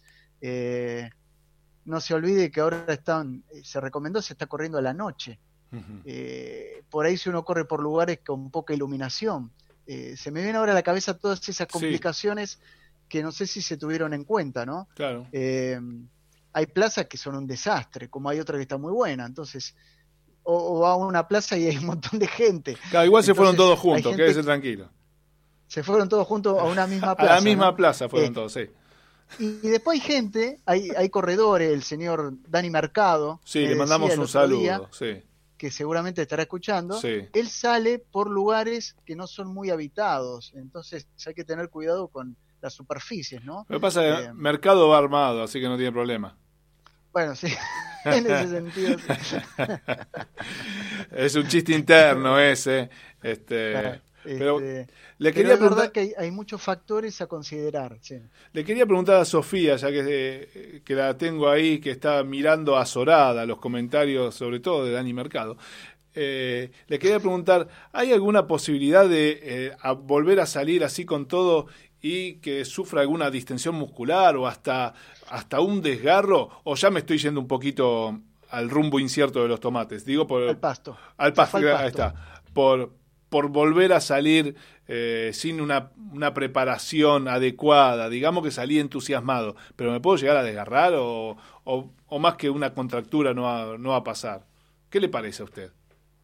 No se olvide que ahora se recomendó, se está corriendo a la noche. Por ahí si uno corre por lugares con poca iluminación. Se me viene ahora a la cabeza todas esas complicaciones que no sé si se tuvieron en cuenta, ¿no? Claro. Hay plazas que son un desastre, como hay otra que está muy buena, entonces, o va a una plaza y hay un montón de gente. Claro, igual se Entonces, fueron todos juntos, hay gente quédese tranquilo. Se fueron todos juntos a una misma plaza. A la misma ¿no? plaza fueron todos, sí. Y después hay gente, hay corredores, el señor Dani Mercado. Sí, le mandamos un saludo, sí. Que seguramente estará escuchando. Sí. Él sale por lugares que no son muy habitados, entonces hay que tener cuidado con las superficies, ¿no? Lo que pasa es que Mercado va armado, así que no tiene problema. Bueno, sí, en ese sentido. Es un chiste interno ese. Pero le quería es preguntar, verdad que hay muchos factores a considerar. Sí. Le quería preguntar a Sofía, ya que la tengo ahí, que está mirando azorada los comentarios, sobre todo de Dani Mercado. Le quería preguntar, ¿hay alguna posibilidad de volver a salir así con todo y que sufra alguna distensión muscular o hasta un desgarro? ¿O ya me estoy yendo un poquito al rumbo incierto de los tomates? Digo Al pasto. Al pasto, ahí está. Por volver a salir sin una preparación adecuada, digamos que salí entusiasmado, pero ¿me puedo llegar a desgarrar o más que una contractura no va a pasar? ¿Qué le parece a usted?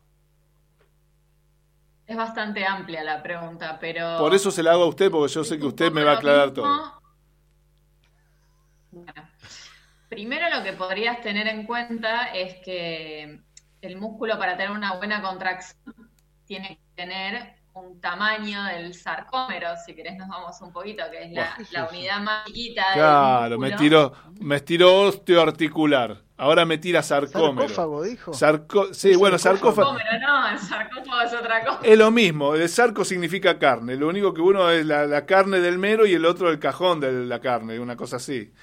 Es bastante amplia la pregunta, pero... Por eso se la hago a usted, porque yo sé que usted me va a aclarar todo. Bueno, primero lo que podrías tener en cuenta es que el músculo, para tener una buena contracción, tiene que tener un tamaño del sarcómero, si querés nos vamos un poquito, que es la unidad más chiquita Claro, del me músculo. estiró osteoarticular. Ahora me tira sarcómero. Sarcófago, dijo. Sí, bueno, sarcófago. Sarcómero no, el sarcófago es otra cosa. Es lo mismo, el sarco significa carne. Lo único que uno es la carne del mero y el otro el cajón de la carne, una cosa así.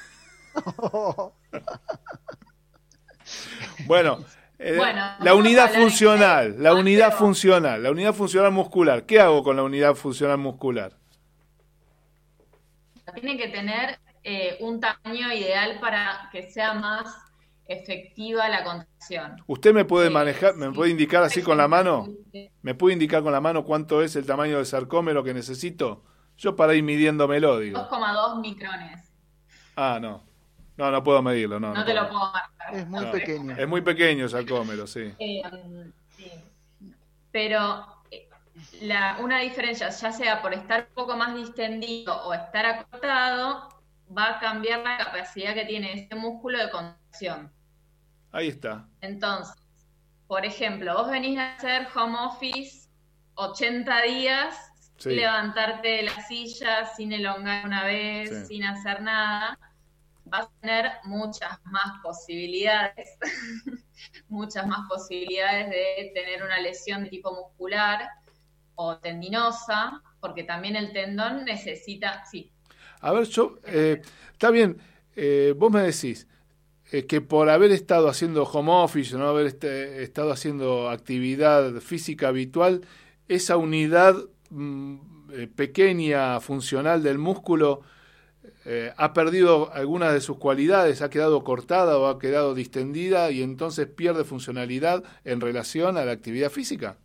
Bueno, la vamos unidad a hablar funcional, en la unidad pero- funcional, la unidad funcional muscular. ¿Qué hago con la unidad funcional muscular? Tiene que tener un tamaño ideal para que sea más efectiva la contracción. ¿Usted me puede manejar, me sí. puede indicar así con la mano? Sí. ¿Me puede indicar con la mano cuánto es el tamaño del sarcómero que necesito? Yo para ir midiéndomelo, digo. 2,2 micrones. Ah, no. No puedo medirlo, no. No te lo puedo marcar. Es muy No. pequeño. Es muy pequeño el sarcómero, sí. Sí. Pero una diferencia, ya sea por estar un poco más distendido o estar acotado, va a cambiar la capacidad que tiene ese músculo de contracción. Ahí está. Entonces, por ejemplo, vos venís a hacer home office 80 días Sí. sin levantarte de la silla, sin elongar una vez, Sí. sin hacer nada, vas a tener muchas más posibilidades, muchas más posibilidades de tener una lesión de tipo muscular o tendinosa, porque también el tendón necesita, sí. A ver, está bien, vos me decís que por haber estado haciendo home office o no haber estado haciendo actividad física habitual, esa unidad pequeña, funcional del músculo, ha perdido algunas de sus cualidades, ha quedado cortada o ha quedado distendida y entonces pierde funcionalidad en relación a la actividad física.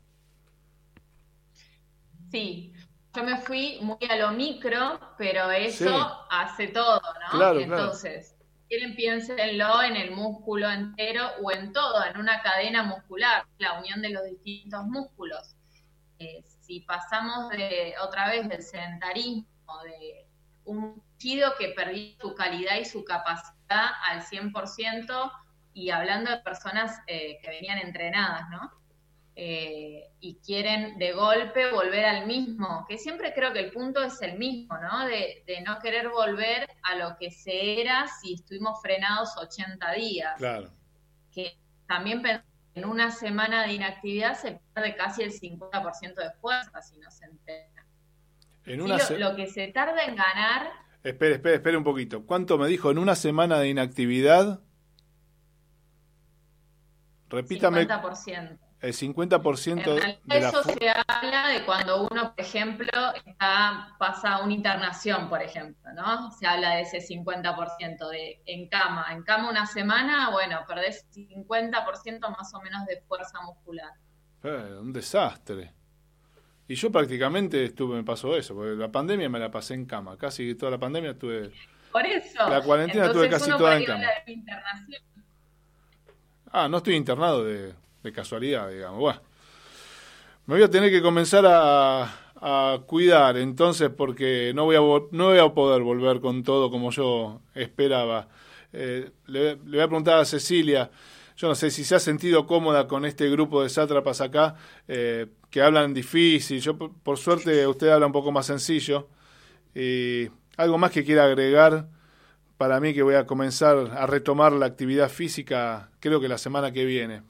Sí, yo me fui muy a lo micro, pero eso Sí. hace todo, ¿no? Claro, Entonces, quieren piénsenlo en el músculo entero o en todo, en una cadena muscular, la unión de los distintos músculos. Si pasamos otra vez del sedentarismo, de un tejido que perdió su calidad y su capacidad al 100%, y hablando de personas que venían entrenadas, ¿no? Y quieren de golpe volver al mismo, que siempre creo que el punto es el mismo, ¿no? De no querer volver a lo que se era si estuvimos frenados 80 días. Claro. Que también en una semana de inactividad se pierde casi el 50% de fuerza si no se entrena. Lo que se tarda en ganar... Espere un poquito. ¿Cuánto me dijo en una semana de inactividad? Repítame. 50%. El 50% En de la eso se habla de cuando uno, por ejemplo, pasa una internación, por ejemplo, ¿no? Se habla de ese 50% en cama. En cama una semana, bueno, perdés 50% más o menos de fuerza muscular. Un desastre. Y yo prácticamente me pasó eso, porque la pandemia me la pasé en cama. Casi toda la pandemia estuve... Por eso. La cuarentena estuve casi uno toda por en ahí cama. habla de internación. No estoy internado de casualidad, digamos. Bueno, me voy a tener que comenzar a cuidar entonces porque no voy a poder volver con todo como yo esperaba. Le voy a preguntar a Cecilia, yo no sé si se ha sentido cómoda con este grupo de sátrapas acá, que hablan difícil. Yo, por suerte, usted habla un poco más sencillo. Y algo más que quiera agregar para mí, que voy a comenzar a retomar la actividad física, creo que la semana que viene.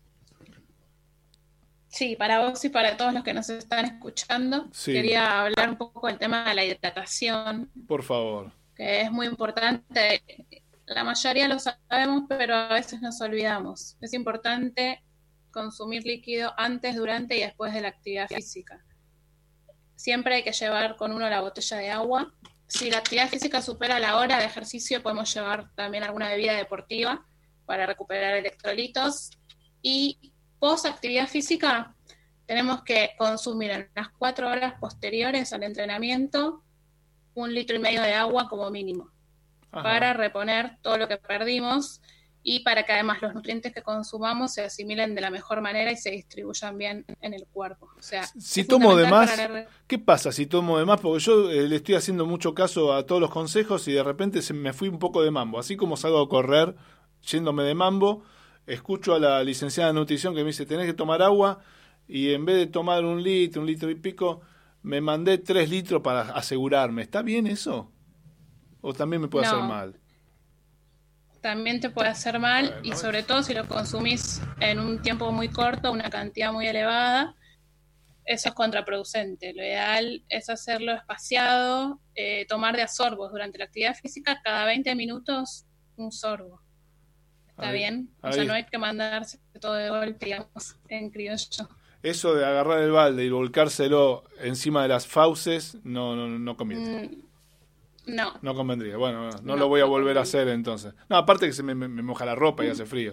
Sí, para vos y para todos los que nos están escuchando, Sí. Quería hablar un poco del tema de la hidratación, Por favor. que es muy importante. La mayoría lo sabemos, pero a veces nos olvidamos. Es importante consumir líquido antes, durante y después de la actividad física. Siempre hay que llevar con uno la botella de agua. Si la actividad física supera la hora de ejercicio, podemos llevar también alguna bebida deportiva para recuperar electrolitos. Y post actividad física tenemos que consumir en las 4 horas posteriores al entrenamiento 1,5 litros de agua como mínimo. Ajá. Para reponer todo lo que perdimos y para que además los nutrientes que consumamos se asimilen de la mejor manera y se distribuyan bien en el cuerpo. O sea, Si es tomo de fundamental más, para la... ¿qué pasa si tomo de más? Porque yo le estoy haciendo mucho caso a todos los consejos y de repente me fui un poco de mambo. Así como salgo a correr yéndome de mambo, escucho a la licenciada de nutrición que me dice, tenés que tomar agua, y en vez de tomar 1 litro, 1 litro y pico, me mandé 3 litros para asegurarme. ¿Está bien eso? ¿O también me puede hacer mal? También te puede hacer mal, Bueno, y sobre todo si lo consumís en un tiempo muy corto, una cantidad muy elevada, eso es contraproducente. Lo ideal es hacerlo espaciado, tomar de a sorbos durante la actividad física, cada 20 minutos un sorbo. ¿Está bien? O sea, no hay que mandarse todo de golpe, digamos, en criollo. Eso de agarrar el balde y volcárselo encima de las fauces no conviene. No convendría. Bueno, no lo voy a volver a hacer entonces. No, aparte que se me moja la ropa y hace frío.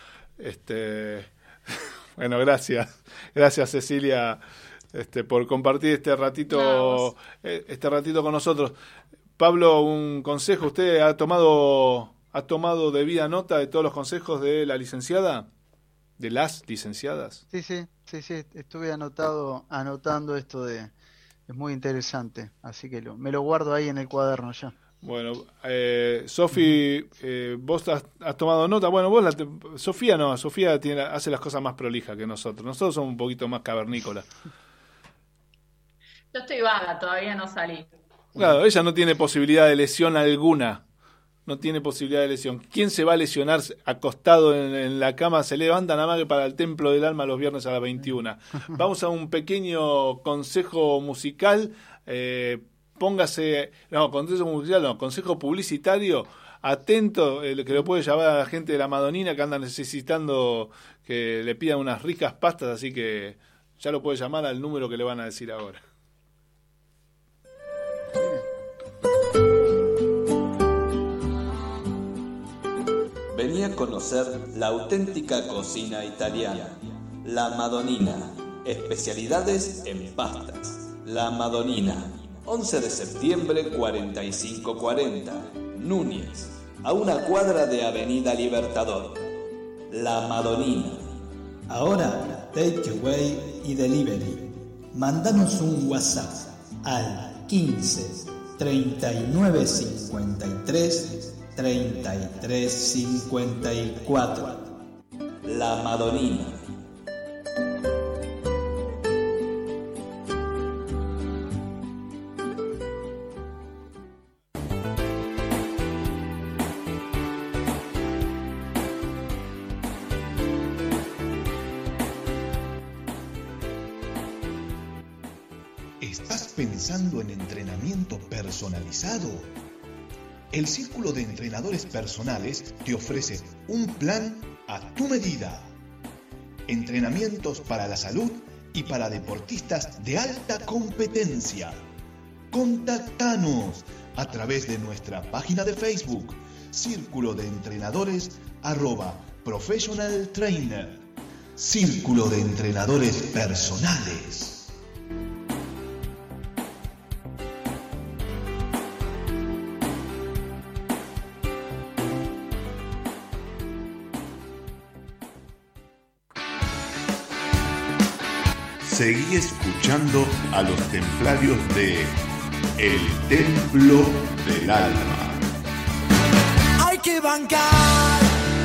Bueno, gracias. Gracias, Cecilia, por compartir este ratito con nosotros. Pablo, un consejo. ¿Usted ha tomado debida nota de todos los consejos de la licenciada? ¿De las licenciadas? Sí, estuve anotando esto es muy interesante, así que me lo guardo ahí en el cuaderno ya. Bueno, Sofi, vos has tomado nota. Bueno, Sofía hace las cosas más prolijas que nosotros. Nosotros somos un poquito más cavernícolas. Yo estoy vaga, todavía no salí. Claro, ella no tiene posibilidad de lesión alguna. No tiene posibilidad de lesión. ¿Quién se va a lesionar acostado en la cama? Se levanta nada más que para el Templo del Alma los viernes a las 21. Vamos a un pequeño consejo musical. Consejo publicitario. Atento, que lo puede llamar a la gente de la Madonina que anda necesitando que le pidan unas ricas pastas, así que ya lo puede llamar al número que le van a decir ahora. Vení a conocer la auténtica cocina italiana, La Madonina, especialidades en pastas. La Madonina, 11 de septiembre 4540, Núñez, a una cuadra de Avenida Libertador. La Madonina. Ahora, takeaway y delivery. Mándanos un WhatsApp al 15 39 53 33 54. La Madonina. ¿Estás pensando en entrenamiento personalizado? El Círculo de Entrenadores Personales te ofrece un plan a tu medida. Entrenamientos para la salud y para deportistas de alta competencia. Contactanos a través de nuestra página de Facebook, Círculo de Entrenadores @Professional Trainer. Círculo de Entrenadores Personales. Seguí escuchando a los templarios de El Templo del Alma. Hay que bancar.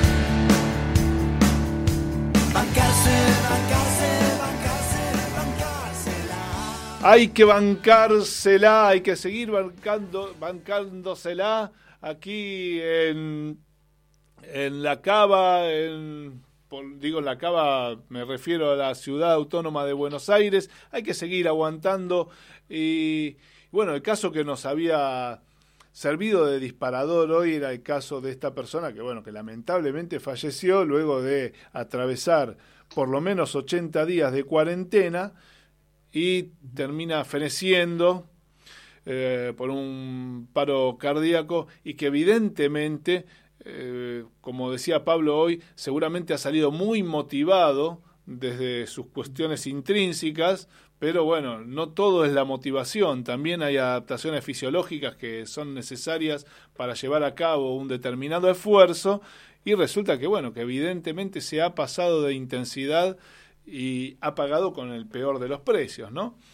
Bancársela. Hay que bancársela, hay que seguir bancándosela aquí en La Cava, digo La Cava, me refiero a la ciudad autónoma de Buenos Aires. Hay que seguir aguantando. Y bueno, el caso que nos había servido de disparador hoy era el caso de esta persona que lamentablemente falleció luego de atravesar por lo menos 80 días de cuarentena y termina feneciendo por un paro cardíaco, y que evidentemente, como decía Pablo hoy, seguramente ha salido muy motivado desde sus cuestiones intrínsecas, pero bueno, no todo es la motivación, también hay adaptaciones fisiológicas que son necesarias para llevar a cabo un determinado esfuerzo, y resulta que que evidentemente se ha pasado de intensidad y ha pagado con el peor de los precios, ¿no?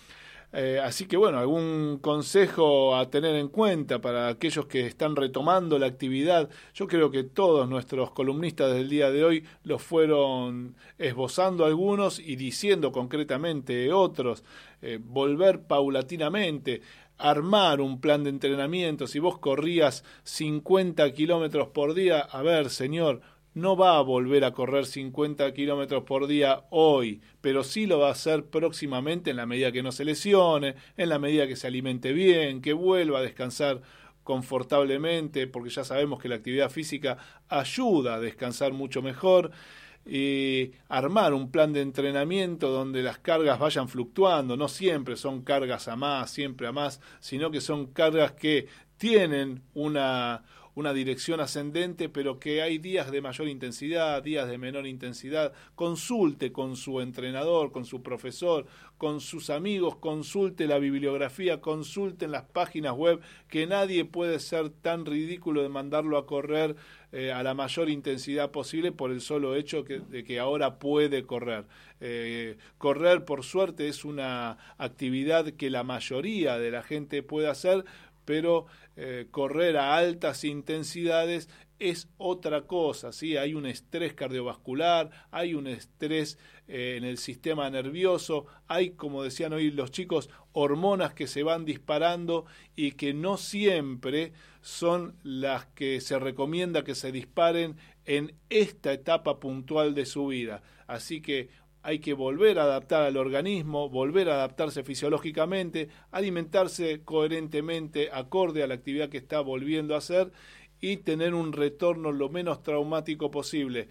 Así que bueno, algún consejo a tener en cuenta para aquellos que están retomando la actividad. Yo creo que todos nuestros columnistas del día de hoy los fueron esbozando algunos y diciendo concretamente otros. Volver paulatinamente, armar un plan de entrenamiento. Si vos corrías 50 kilómetros por día, a ver, señor, no va a volver a correr 50 kilómetros por día hoy, pero sí lo va a hacer próximamente en la medida que no se lesione, en la medida que se alimente bien, que vuelva a descansar confortablemente, porque ya sabemos que la actividad física ayuda a descansar mucho mejor. Y armar un plan de entrenamiento donde las cargas vayan fluctuando, no siempre son cargas a más, siempre a más, sino que son cargas que tienen una dirección ascendente, pero que hay días de mayor intensidad, días de menor intensidad. Consulte con su entrenador, con su profesor, con sus amigos, consulte la bibliografía, consulten las páginas web, que nadie puede ser tan ridículo de mandarlo a correr a la mayor intensidad posible por el solo hecho de que ahora puede correr. Correr, por suerte, es una actividad que la mayoría de la gente puede hacer, pero correr a altas intensidades es otra cosa, ¿sí? Hay un estrés cardiovascular, hay un estrés en el sistema nervioso, hay, como decían hoy los chicos, hormonas que se van disparando y que no siempre son las que se recomienda que se disparen en esta etapa puntual de su vida. Así que hay que volver a adaptar al organismo, volver a adaptarse fisiológicamente, alimentarse coherentemente, acorde a la actividad que está volviendo a hacer y tener un retorno lo menos traumático posible.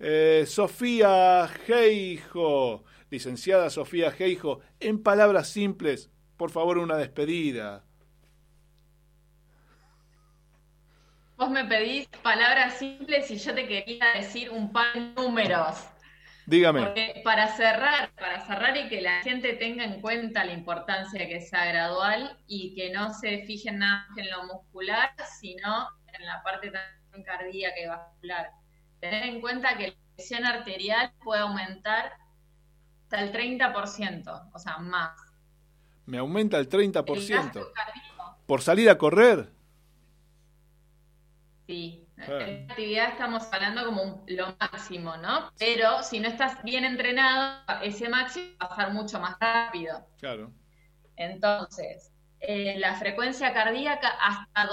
Sofía Geijo, licenciada Sofía Geijo, en palabras simples, por favor, una despedida. Vos me pedís palabras simples y yo te quería decir un par de números. Dígame. Porque para cerrar y que la gente tenga en cuenta la importancia de que sea gradual y que no se fijen nada más en lo muscular, sino en la parte también cardíaca y vascular. Tener en cuenta que la presión arterial puede aumentar hasta el 30%, o sea, más. Me aumenta el 30%. El gasto cardíaco, ¿Por salir a correr? sí. En la actividad estamos hablando como lo máximo, ¿no? Pero si no estás bien entrenado, ese máximo va a ser mucho más rápido. Claro. Entonces, la frecuencia cardíaca hasta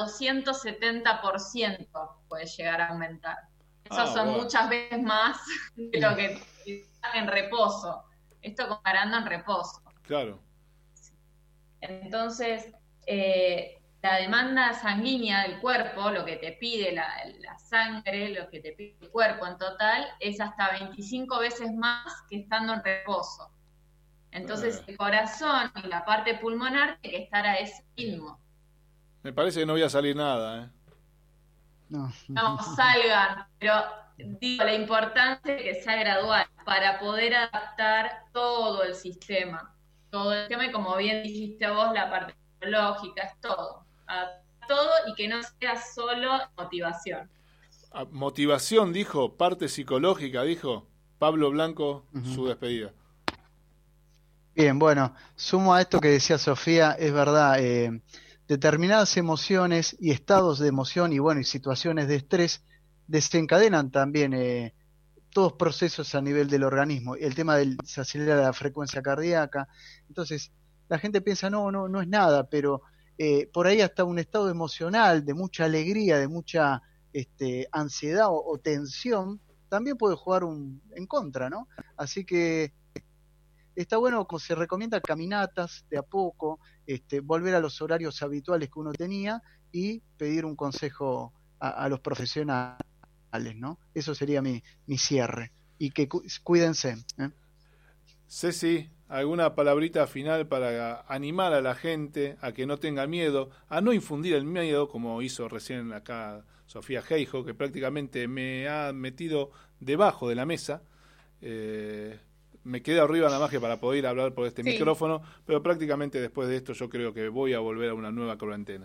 270% puede llegar a aumentar. Eso son bueno. muchas veces más de lo que está en reposo. Esto comparando en reposo. Claro. Entonces, la demanda sanguínea del cuerpo, lo que te pide la sangre, lo que te pide el cuerpo en total, es hasta 25 veces más que estando en reposo. Entonces el corazón y la parte pulmonar tiene que estar a ese ritmo. Me parece que no voy a salir nada, ¿eh? No. No salgan, pero digo, la importancia de que sea gradual para poder adaptar todo el sistema. Todo el tema, y como bien dijiste vos, la parte lógica, es todo. Todo, y que no sea solo motivación. Motivación, dijo, parte psicológica, dijo Pablo Blanco, su despedida. Bien, bueno, sumo a esto que decía Sofía, es verdad, determinadas emociones y estados de emoción y bueno, y situaciones de estrés desencadenan también todos procesos a nivel del organismo. El tema se acelera la frecuencia cardíaca, entonces la gente piensa, no es nada, pero por ahí hasta un estado emocional de mucha alegría, de mucha ansiedad o tensión, también puede jugar en contra, ¿no? Así que está bueno, como se recomienda, caminatas de a poco, volver a los horarios habituales que uno tenía y pedir un consejo a los profesionales, ¿no? Eso sería mi cierre. Y que cuídense. Ceci, ¿alguna palabrita final para animar a la gente a que no tenga miedo, a no infundir el miedo, como hizo recién acá Sofía Geijo, que prácticamente me ha metido debajo de la mesa? Me quedé arriba nada más que para poder hablar por este micrófono, pero prácticamente después de esto yo creo que voy a volver a una nueva cuarentena.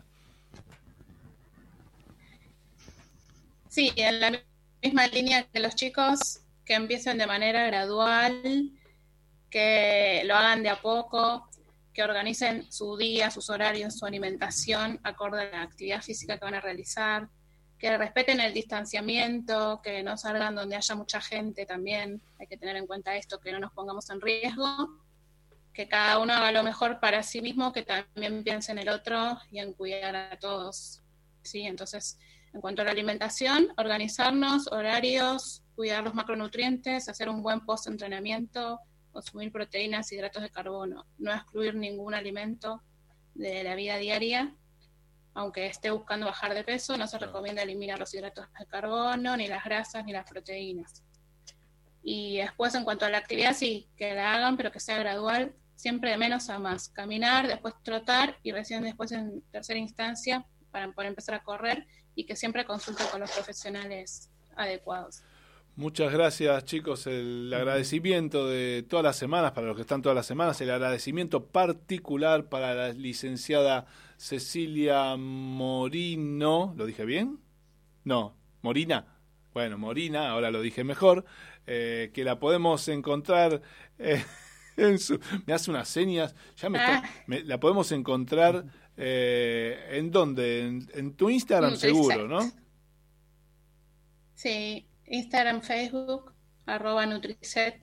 Sí, en la misma línea que los chicos, que empiecen de manera gradual, que lo hagan de a poco, que organicen su día, sus horarios, su alimentación, acorde a la actividad física que van a realizar, que respeten el distanciamiento, que no salgan donde haya mucha gente también, hay que tener en cuenta esto, que no nos pongamos en riesgo, que cada uno haga lo mejor para sí mismo, que también piense en el otro y en cuidar a todos, ¿sí? Entonces, en cuanto a la alimentación, organizarnos, horarios, cuidar los macronutrientes, hacer un buen post-entrenamiento, consumir proteínas, hidratos de carbono, no excluir ningún alimento de la vida diaria, aunque esté buscando bajar de peso, no se recomienda eliminar los hidratos de carbono, ni las grasas, ni las proteínas. Y después, en cuanto a la actividad, sí, que la hagan, pero que sea gradual, siempre de menos a más. Caminar, después trotar, y recién después, en tercera instancia, para poder empezar a correr, y que siempre consulten con los profesionales adecuados. Muchas gracias, chicos. El agradecimiento de todas las semanas, para los que están todas las semanas, el agradecimiento particular para la licenciada Cecilia Morino. ¿Lo dije bien? No, Morina. Bueno, Morina, ahora lo dije mejor. Que la podemos encontrar en su... Me hace unas señas. La podemos encontrar ¿en dónde? En tu Instagram seguro, ¿no? Sí. Instagram, Facebook, @Nutriset_.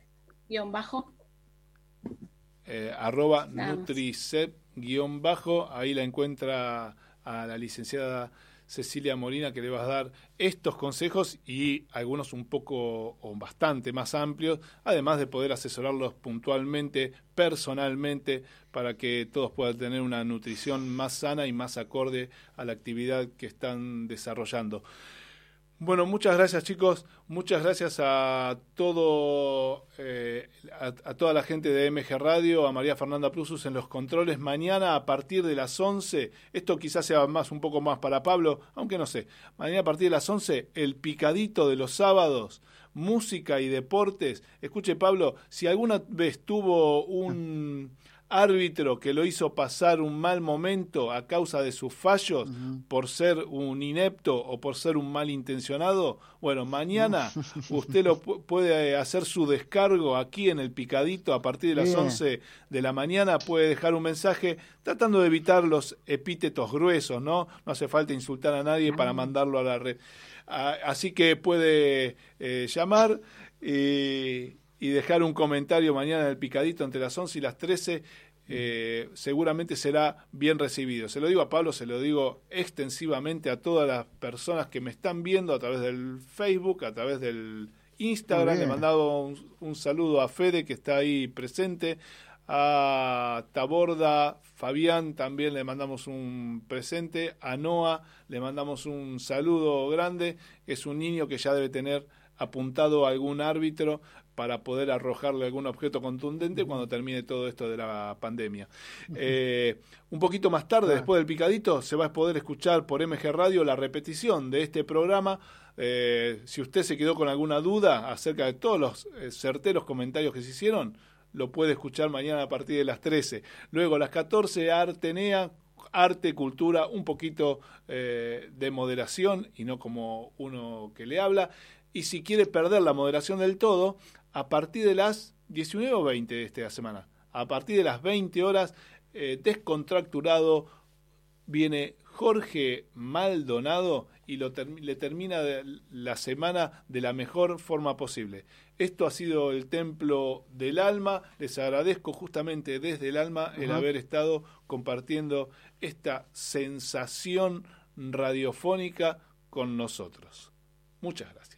@Nutriset_, ahí la encuentra a la licenciada Cecilia Molina, que le vas a dar estos consejos y algunos un poco o bastante más amplios, además de poder asesorarlos puntualmente, personalmente, para que todos puedan tener una nutrición más sana y más acorde a la actividad que están desarrollando. Bueno, muchas gracias, chicos, muchas gracias a todo a toda la gente de MG Radio, a María Fernanda Prusus en los controles. Mañana a partir de las 11, esto quizás sea un poco más para Pablo, aunque no sé, mañana a partir de las 11, el picadito de los sábados, música y deportes. Escuche, Pablo, si alguna vez tuvo un árbitro que lo hizo pasar un mal momento a causa de sus fallos, por ser un inepto o por ser un malintencionado, bueno, mañana usted lo puede hacer su descargo aquí en el picadito a partir de las 11 de la mañana, puede dejar un mensaje tratando de evitar los epítetos gruesos, ¿no? No hace falta insultar a nadie para mandarlo a la red. Así que puede llamar y dejar un comentario mañana en el picadito entre las 11 y las 13, seguramente será bien recibido. Se lo digo a Pablo, se lo digo extensivamente a todas las personas que me están viendo a través del Facebook, a través del Instagram. Le he mandado un saludo a Fede, que está ahí presente, a Taborda, Fabián también le mandamos un presente, a Noah le mandamos un saludo grande. Es un niño que ya debe tener apuntado a algún árbitro para poder arrojarle algún objeto contundente cuando termine todo esto de la pandemia. Un poquito más tarde, después del picadito, se va a poder escuchar por MG Radio la repetición de este programa. Si usted se quedó con alguna duda acerca de todos los certeros comentarios que se hicieron, lo puede escuchar mañana a partir de las 13. Luego a las 14, Artenea, arte, cultura, un poquito de moderación y no como uno que le habla. Y si quiere perder la moderación del todo, a partir de las 19 o 20 de esta semana, a partir de las 20 horas, descontracturado, viene Jorge Maldonado y le termina la semana de la mejor forma posible. Esto ha sido el Templo del Alma. Les agradezco justamente desde el alma el haber estado compartiendo esta sensación radiofónica con nosotros. Muchas gracias.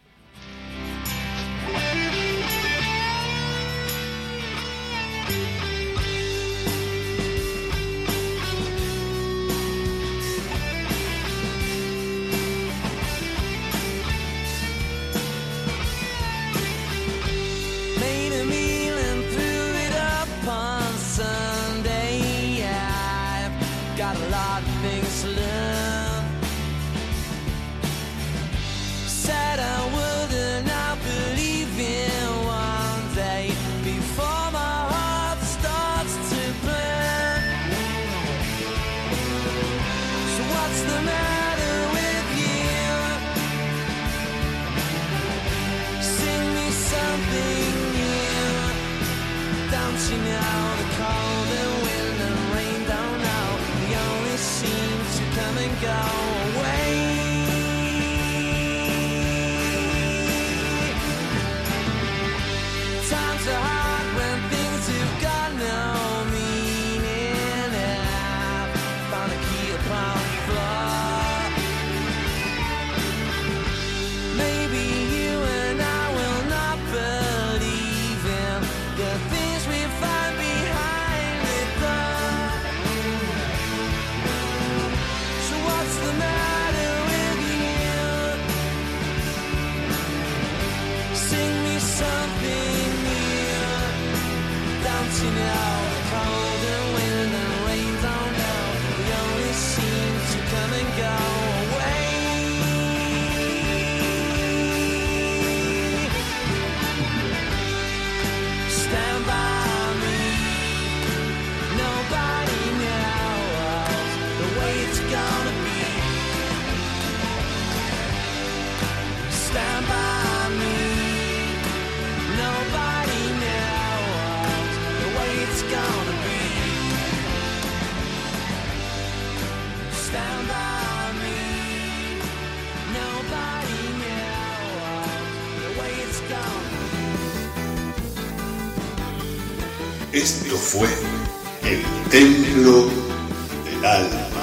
Said I would, and I believe in one day before my heart Esto fue el Templo del Alma.